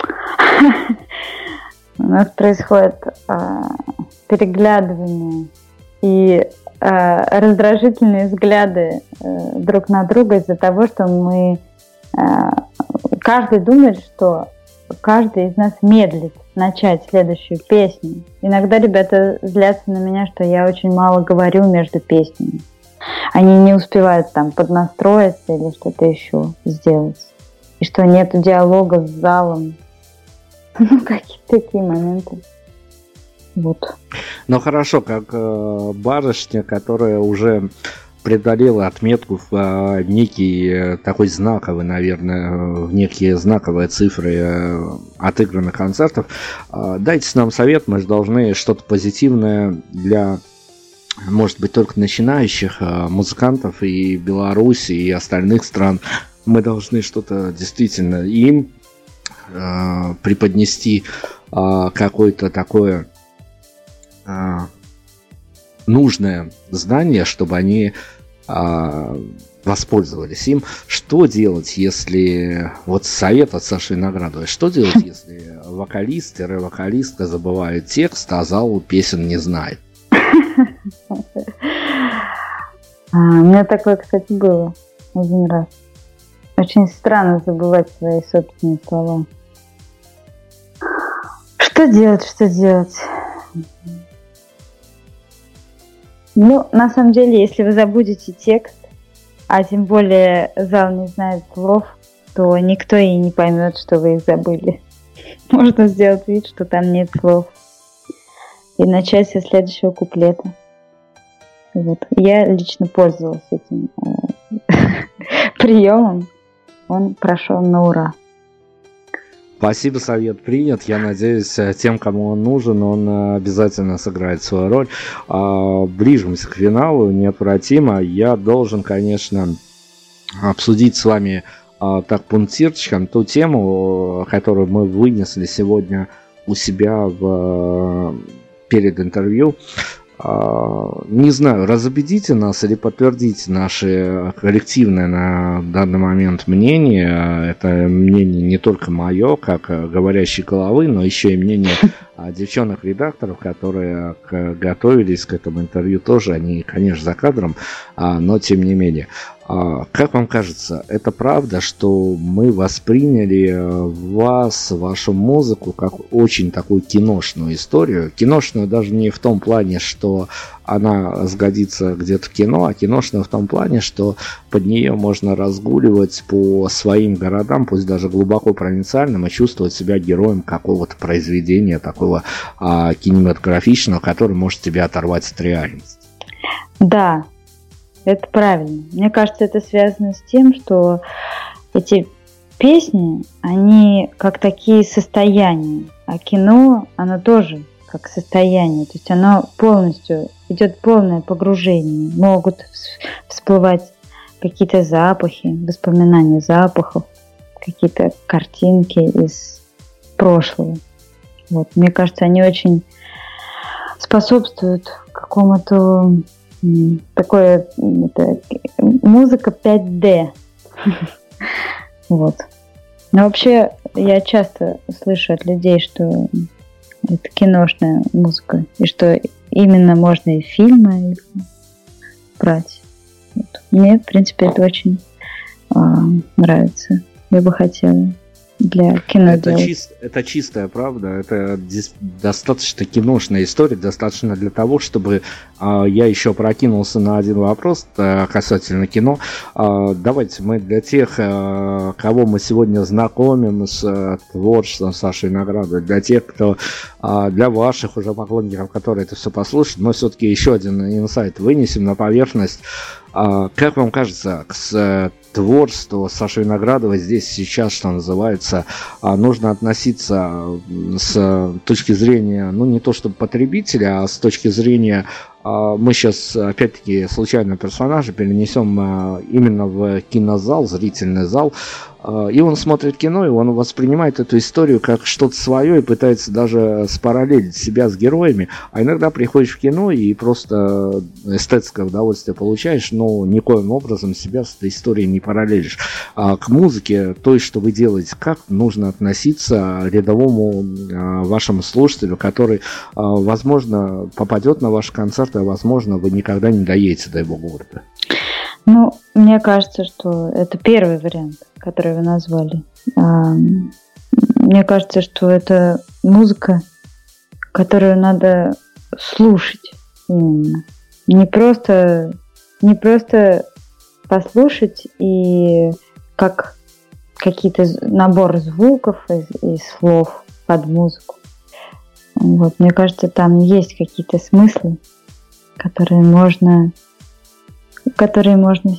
Speaker 3: У нас происходит переглядывание и раздражительные взгляды друг на друга из-за того, что мы каждый думает, что каждый из нас медлит начать следующую песню. Иногда ребята злятся на меня, что я очень мало говорю между песнями. Они не успевают там поднастроиться или что-то еще сделать. И что нету диалога с залом. Какие-то такие моменты. Вот.
Speaker 2: Ну хорошо, как барышня, которая уже преодолела отметку в некий такой знаковый, наверное, в некие знаковые цифры отыгранных концертов. Дайте нам совет, мы же должны что-то позитивное для, может быть, только начинающих музыкантов и Беларуси, и остальных стран. Мы должны что-то действительно им преподнести, какое-то такое нужное знание, чтобы они воспользовались им. Что делать, если... Вот совет от Саши Виноградовой. Что делать, если вокалист-вокалистка забывают текст, а зал песен не знает?
Speaker 3: У меня такое, кстати, было один раз. Очень странно забывать свои собственные слова. Что делать? Ну, на самом деле, если вы забудете текст, а тем более зал не знает слов, то никто и не поймет, что вы их забыли. Можно сделать вид, что там нет слов. И начать со следующего куплета. Вот. Я лично пользовалась этим приемом. Он прошел на ура.
Speaker 2: Спасибо, совет принят. Я надеюсь, тем, кому он нужен, он обязательно сыграет свою роль. Ближимся к финалу, неотвратимо. Я должен, конечно, обсудить с вами так пунктирчиком ту тему, которую мы вынесли сегодня у себя перед интервью. Не знаю, разубедите нас или подтвердите наше коллективное на данный момент мнение. Это мнение не только мое, как говорящей головы, но еще и мнение девчонок-редакторов, которые готовились к этому интервью тоже. Они, конечно, за кадром, но тем не менее. Как вам кажется, это правда, что мы восприняли вас, вашу музыку, как очень такую киношную историю? Киношную даже не в том плане, что она сгодится где-то в кино, а киношную в том плане, что под нее можно разгуливать по своим городам, пусть даже глубоко провинциальным, и чувствовать себя героем какого-то произведения такого кинематографичного, которое может тебя оторвать от реальности.
Speaker 3: Да. Это правильно. Мне кажется, это связано с тем, что эти песни, они как такие состояния, а кино, оно тоже как состояние. То есть оно полностью, идет полное погружение. Могут всплывать какие-то запахи, воспоминания запахов, какие-то картинки из прошлого. Вот. Мне кажется, они очень способствуют какому-то... Такое музыка 5D. Вот. Но вообще я часто слышу от людей, что это киношная музыка, и что именно можно и фильмы брать. Вот. Мне, в принципе, это очень нравится. Я бы хотела для кино делать.
Speaker 2: Это чистая правда, это достаточно киношная история, достаточно для того, чтобы я еще прокинулся на один вопрос касательно кино. Давайте мы для тех, кого мы сегодня знакомим с творчеством Саши Виноградовой, для тех, кто, для ваших уже поклонников, которые это все послушают, мы все-таки еще один инсайт вынесем на поверхность. Как вам кажется, к творчеству Саши Виноградовой здесь сейчас, что называется, нужно относиться с точки зрения, ну не то чтобы потребителя, а с точки зрения, мы сейчас опять-таки случайно персонажа перенесем именно в кинозал, зрительный зал, и он смотрит кино, и он воспринимает эту историю как что-то свое и пытается даже спараллелить себя с героями, а иногда приходишь в кино и просто эстетское удовольствие получаешь, но никоим образом себя с этой историей не параллелишь. К музыке, той, что вы делаете, как нужно относиться рядовому вашему слушателю, который, возможно, попадет на ваш концерт, а возможно, вы никогда не доедете до его города?
Speaker 3: Ну, мне кажется, что это первый вариант, который вы назвали. Мне кажется, что это музыка, которую надо слушать именно. Не просто послушать и как какие-то набор звуков и слов под музыку. Вот, мне кажется, там есть какие-то смыслы, которые можно которые можно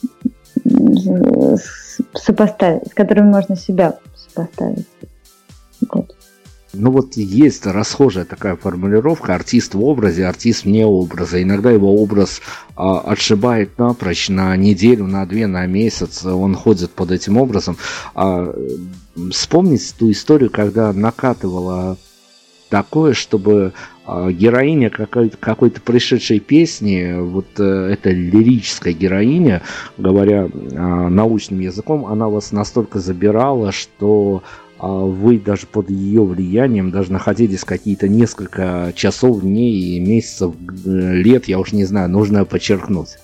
Speaker 3: сопоставить, с которыми можно себя сопоставить. Вот.
Speaker 2: Ну вот есть расхожая такая формулировка: артист в образе, артист вне образа. Иногда его образ отшибает напрочь на неделю, на 2, на месяц. Он ходит под этим образом. Вспомнить ту историю, когда накатывала такое, чтобы героиня какой-то пришедшей песни, вот эта лирическая героиня, говоря научным языком, она вас настолько забирала, что вы даже под ее влиянием даже находились какие-то несколько часов, дней, месяцев, лет, я уж не знаю, нужно подчеркнуть.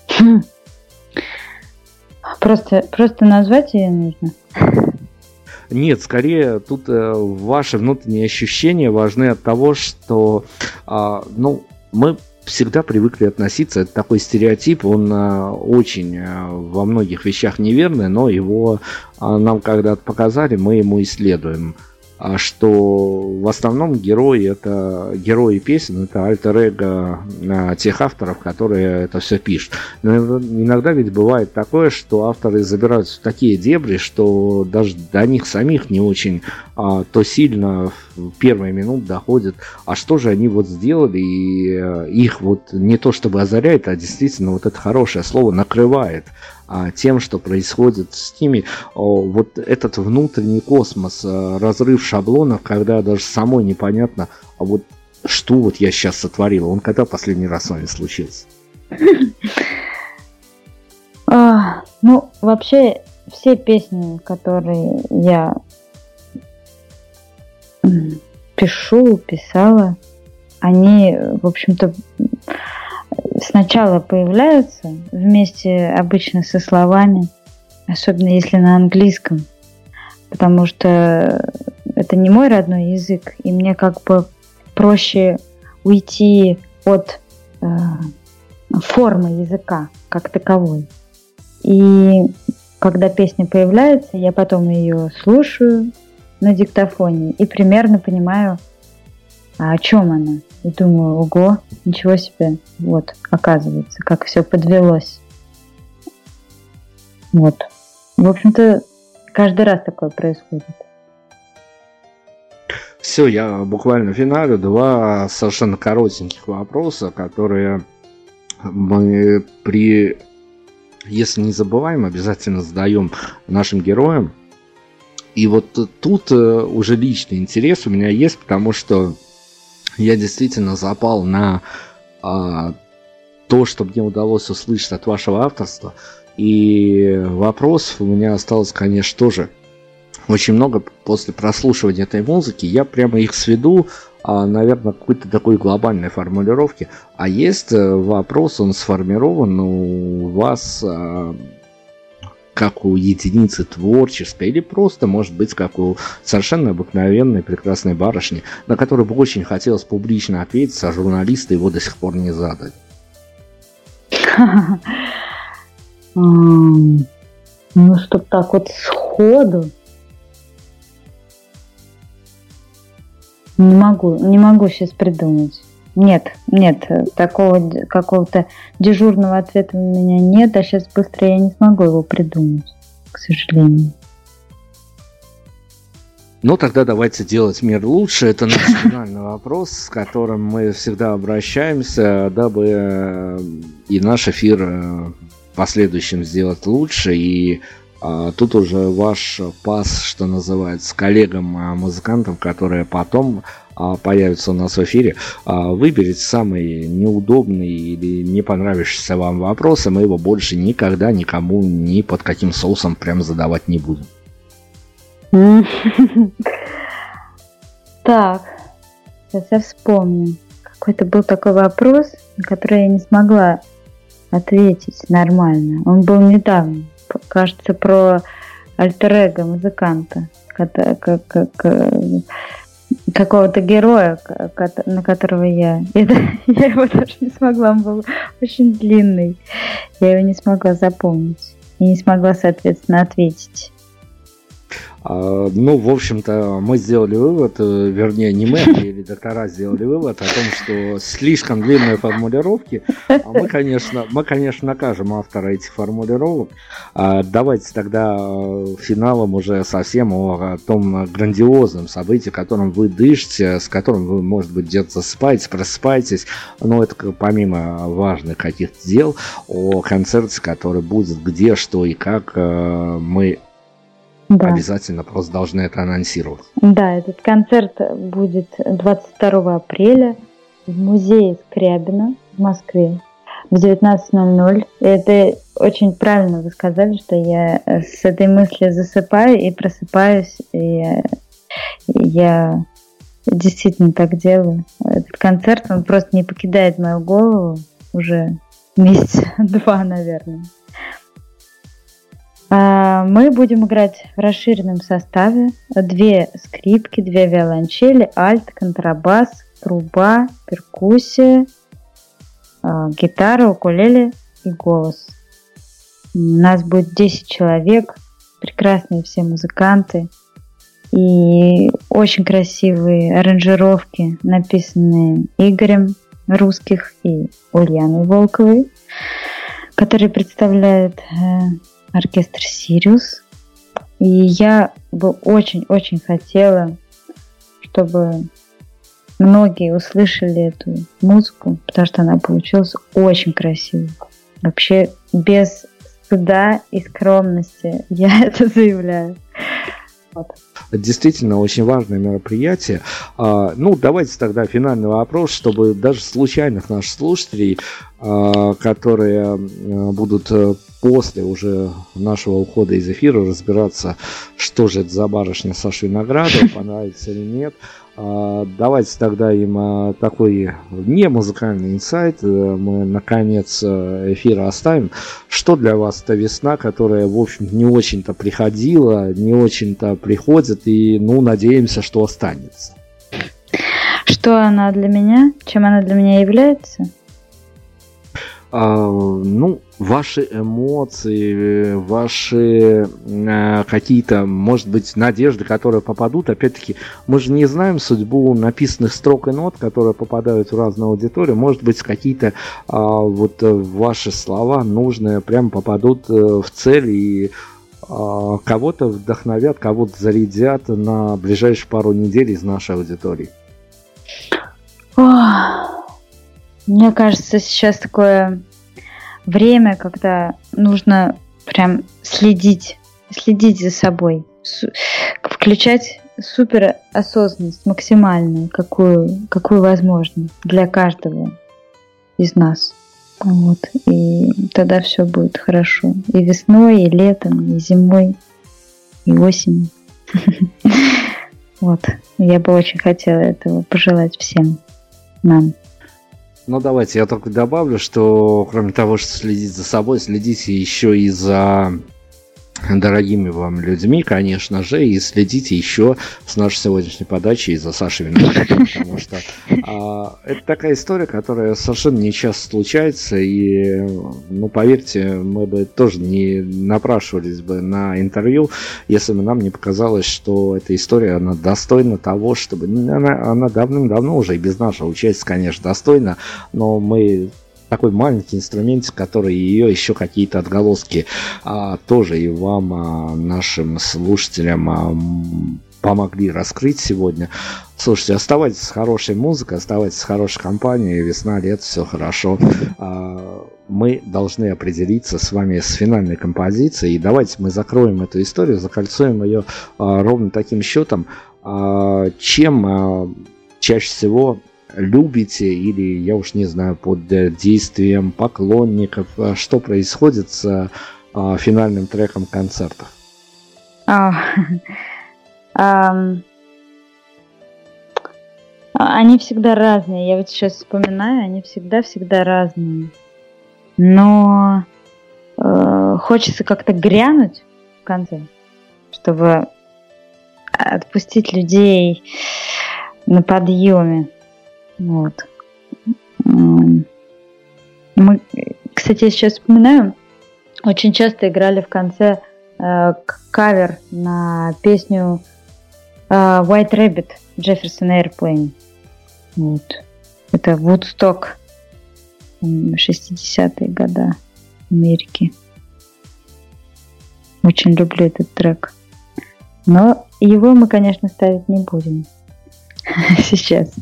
Speaker 3: Просто назвать ее нужно?
Speaker 2: Нет, скорее тут ваши внутренние ощущения важны от того, что мы всегда привыкли относиться, это такой стереотип, он очень во многих вещах неверный, но его нам когда-то показали, мы ему исследуем. Что в основном герои песен, это альтер-эго тех авторов, которые это все пишут. Но иногда ведь бывает такое, что авторы забираются в такие дебри, что даже до них самих не очень то сильно в первые минуты доходит, а что же они вот сделали, и их вот не то чтобы озаряет, а действительно вот это хорошее слово накрывает тем, что происходит с ними. Вот этот внутренний космос, разрыв шаблонов, когда даже самой непонятно, а вот что вот я сейчас сотворила, он когда последний раз с вами случился?
Speaker 3: Ну, вообще, все песни, которые я писала, они, в общем-то, сначала появляются вместе обычно со словами, особенно если на английском, потому что это не мой родной язык, и мне как бы проще уйти от формы языка как таковой. И когда песня появляется, я потом ее слушаю на диктофоне и примерно понимаю, о чем она. И думаю, ого, ничего себе, вот, оказывается, как все подвелось. Вот. В общем-то, каждый раз такое происходит.
Speaker 2: Все, я буквально финалю. 2 совершенно коротеньких вопроса, которые мы если не забываем, обязательно задаем нашим героям. И вот тут уже личный интерес у меня есть, потому что я действительно запал на то, что мне удалось услышать от вашего авторства. И вопросов у меня осталось, конечно, тоже очень много после прослушивания этой музыки. Я прямо их сведу, наверное, какой-то такой глобальной формулировки. А есть вопрос, он сформирован у вас как у единицы творчества, или просто, может быть, как у совершенно обыкновенной прекрасной барышни, на которую бы очень хотелось публично ответить, а журналисты его до сих пор не задали.
Speaker 3: Ну, чтоб так вот сходу. Не могу сейчас придумать. Нет, такого какого-то дежурного ответа у меня нет, а сейчас быстро я не смогу его придумать, к сожалению.
Speaker 2: Ну, тогда давайте делать мир лучше. Это наш финальный вопрос, с которым мы всегда обращаемся, дабы и наш эфир в последующем сделать лучше. И тут уже ваш пас, что называется, коллегам-музыкантам, которые потом появятся у нас в эфире, выберите самый неудобный или не понравившийся вам вопрос, и мы его больше никогда никому ни под каким соусом прям задавать не будем.
Speaker 3: Так, сейчас я вспомню. Какой-то был такой вопрос, на который я не смогла ответить нормально. Он был недавно. Кажется, про альтер-эго музыканта, какого-то героя, на которого я его даже не смогла, он был очень длинный. Я его не смогла запомнить и не смогла, соответственно, ответить.
Speaker 2: Ну, в общем-то, мы сделали вывод, вернее, не мы, а редактора сделали вывод о том, что слишком длинные формулировки. Мы, конечно, накажем автора этих формулировок. Давайте тогда финалом уже совсем о том грандиозном событии, которым вы дышите, с которым вы, может быть, где-то засыпаете, просыпаетесь. Но это помимо важных каких-то дел, о концерте, который будет, где, что и как, мы обязательно просто должны это анонсировать.
Speaker 3: Да, этот концерт будет 22 апреля в музее Скрябина в Москве в 19:00. Это очень правильно вы сказали, что я с этой мыслью засыпаю и просыпаюсь. И я действительно так делаю. Этот концерт, он просто не покидает мою голову уже месяца 2, наверное. Мы будем играть в расширенном составе. 2 скрипки, 2 виолончели, альт, контрабас, труба, перкуссия, гитара, укулеле и голос. У нас будет 10 человек, прекрасные все музыканты и очень красивые аранжировки, написанные Игорем Русских и Ульяной Волковой, которые представляют оркестр «Сириус». И я бы очень-очень хотела, чтобы многие услышали эту музыку, потому что она получилась очень красивой. Вообще без стыда и скромности я это заявляю. Вот.
Speaker 2: Действительно очень важное мероприятие. Ну, давайте тогда финальный вопрос, чтобы даже случайных наших слушателей, которые будут после уже нашего ухода из эфира разбираться, что же это за барышня Саша Виноградова, понравится или нет. Давайте тогда им такой не музыкальный инсайт мы на конец эфира оставим. Что для вас эта весна, которая, в общем, не очень-то приходила, не очень-то приходит, и, ну, надеемся, что останется?
Speaker 3: Что она для меня? Чем она для меня является?
Speaker 2: Ну, ваши эмоции, ваши какие-то, может быть, надежды, которые попадут. Опять-таки, мы же не знаем судьбу написанных строк и нот, которые попадают в разную аудиторию. Может быть, какие-то вот ваши слова нужные прям попадут в цель и кого-то вдохновят, кого-то зарядят на ближайшие пару недель из нашей аудитории.
Speaker 3: Мне кажется, сейчас такое время, когда нужно прям следить за собой, включать суперосознанность максимальную, какую возможно для каждого из нас. Вот. И тогда все будет хорошо. И весной, и летом, и зимой, и осенью. Вот. Я бы очень хотела этого пожелать всем нам.
Speaker 2: Ну, давайте я только добавлю, что кроме того, что следить за собой, следите еще и за дорогими вам людьми, конечно же, и следите еще с нашей сегодняшней подачей за Сашей Виноградовой, потому что это такая история, которая совершенно не часто случается, и, ну, поверьте, мы бы тоже не напрашивались бы на интервью, если бы нам не показалось, что эта история, она достойна того, чтобы... Она давным-давно уже и без нашего участия, конечно, достойна, но мы... такой маленький инструментик, который ее еще какие-то отголоски тоже и вам, нашим слушателям, помогли раскрыть сегодня. Слушайте, оставайтесь с хорошей музыкой, оставайтесь с хорошей компанией, весна, лето, все хорошо. Мы должны определиться с вами с финальной композицией, и давайте мы закроем эту историю, закольцуем ее ровно таким счетом, чем чаще всего любите, или, я уж не знаю, под действием поклонников, что происходит с финальным треком концерта?
Speaker 3: Они всегда разные. Я вот сейчас вспоминаю, они всегда разные. Но хочется как-то грянуть в конце, чтобы отпустить людей на подъеме. Вот. Мы, кстати, я сейчас вспоминаю, очень часто играли в конце кавер на песню White Rabbit Jefferson Airplane. Вот. Это Вудсток, 60-е годы Америки. Очень люблю этот трек. Но его мы, конечно, ставить не будем сейчас.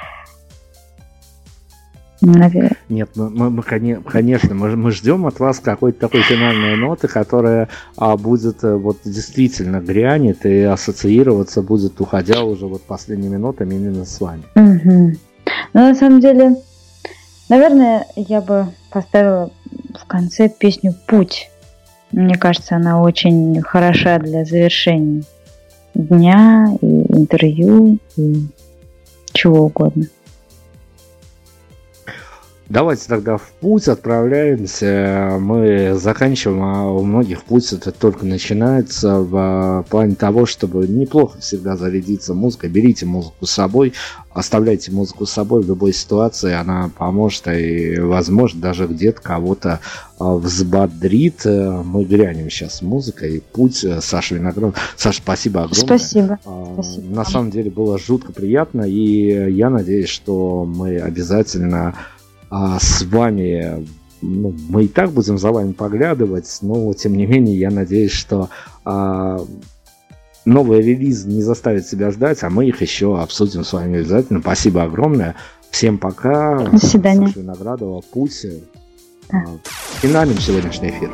Speaker 3: Наверное.
Speaker 2: Нет, мы конечно, мы ждем от вас какой-то такой финальной ноты, которая будет вот действительно грянет и ассоциироваться будет, уходя уже вот последними нотами именно с вами.
Speaker 3: Угу. Ну, на самом деле, наверное, я бы поставила в конце песню «Путь». Мне кажется, она очень хороша для завершения дня и интервью и чего угодно.
Speaker 2: Давайте тогда в путь отправляемся. Мы заканчиваем, а у многих путь это только начинается в плане того, чтобы неплохо всегда зарядиться музыкой. Берите музыку с собой, оставляйте музыку с собой в любой ситуации. Она поможет и, возможно, даже где-то кого-то взбодрит. Мы грянем сейчас музыкой. Путь, Саша Виноградова. Саша, спасибо огромное.
Speaker 3: Спасибо.
Speaker 2: На самом деле было жутко приятно, и я надеюсь, что мы обязательно с вами, мы и так будем за вами поглядывать, но тем не менее я надеюсь, что новые релизы не заставят себя ждать, а мы их еще обсудим с вами обязательно. Спасибо огромное. Всем пока.
Speaker 3: До свидания.
Speaker 2: Саша Виноградова, Путь. Финалем сегодняшний эфир.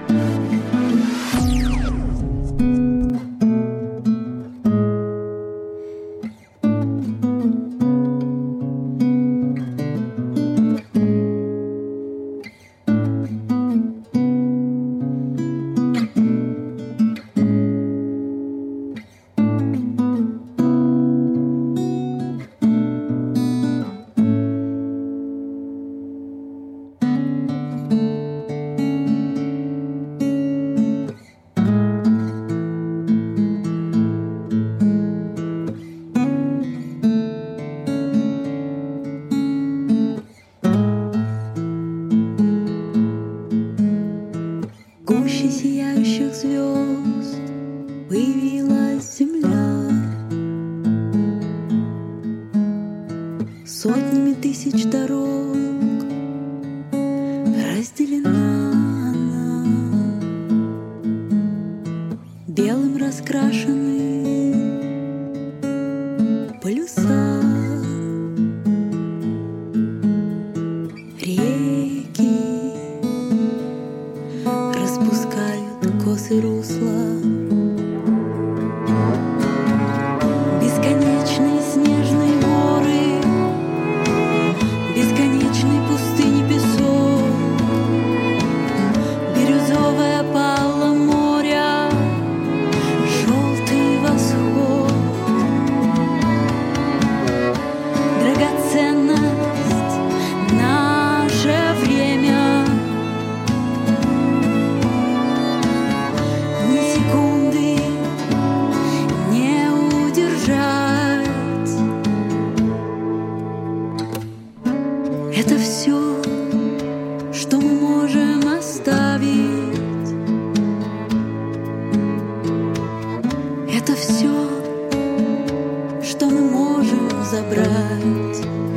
Speaker 4: Гуще сияющих звезд появилась земля. Сотнями тысяч дорог разделена она. Белым раскрашены полюса. Реки распускают косы русла. Бесконечные снежные горы, бесконечной пустыни песок, бирюзовое пало моря, желтый восход. Драгоценность наше время. Ни секунды не удержать. Это все, что мы можем оставить. Это все, что мы можем забрать.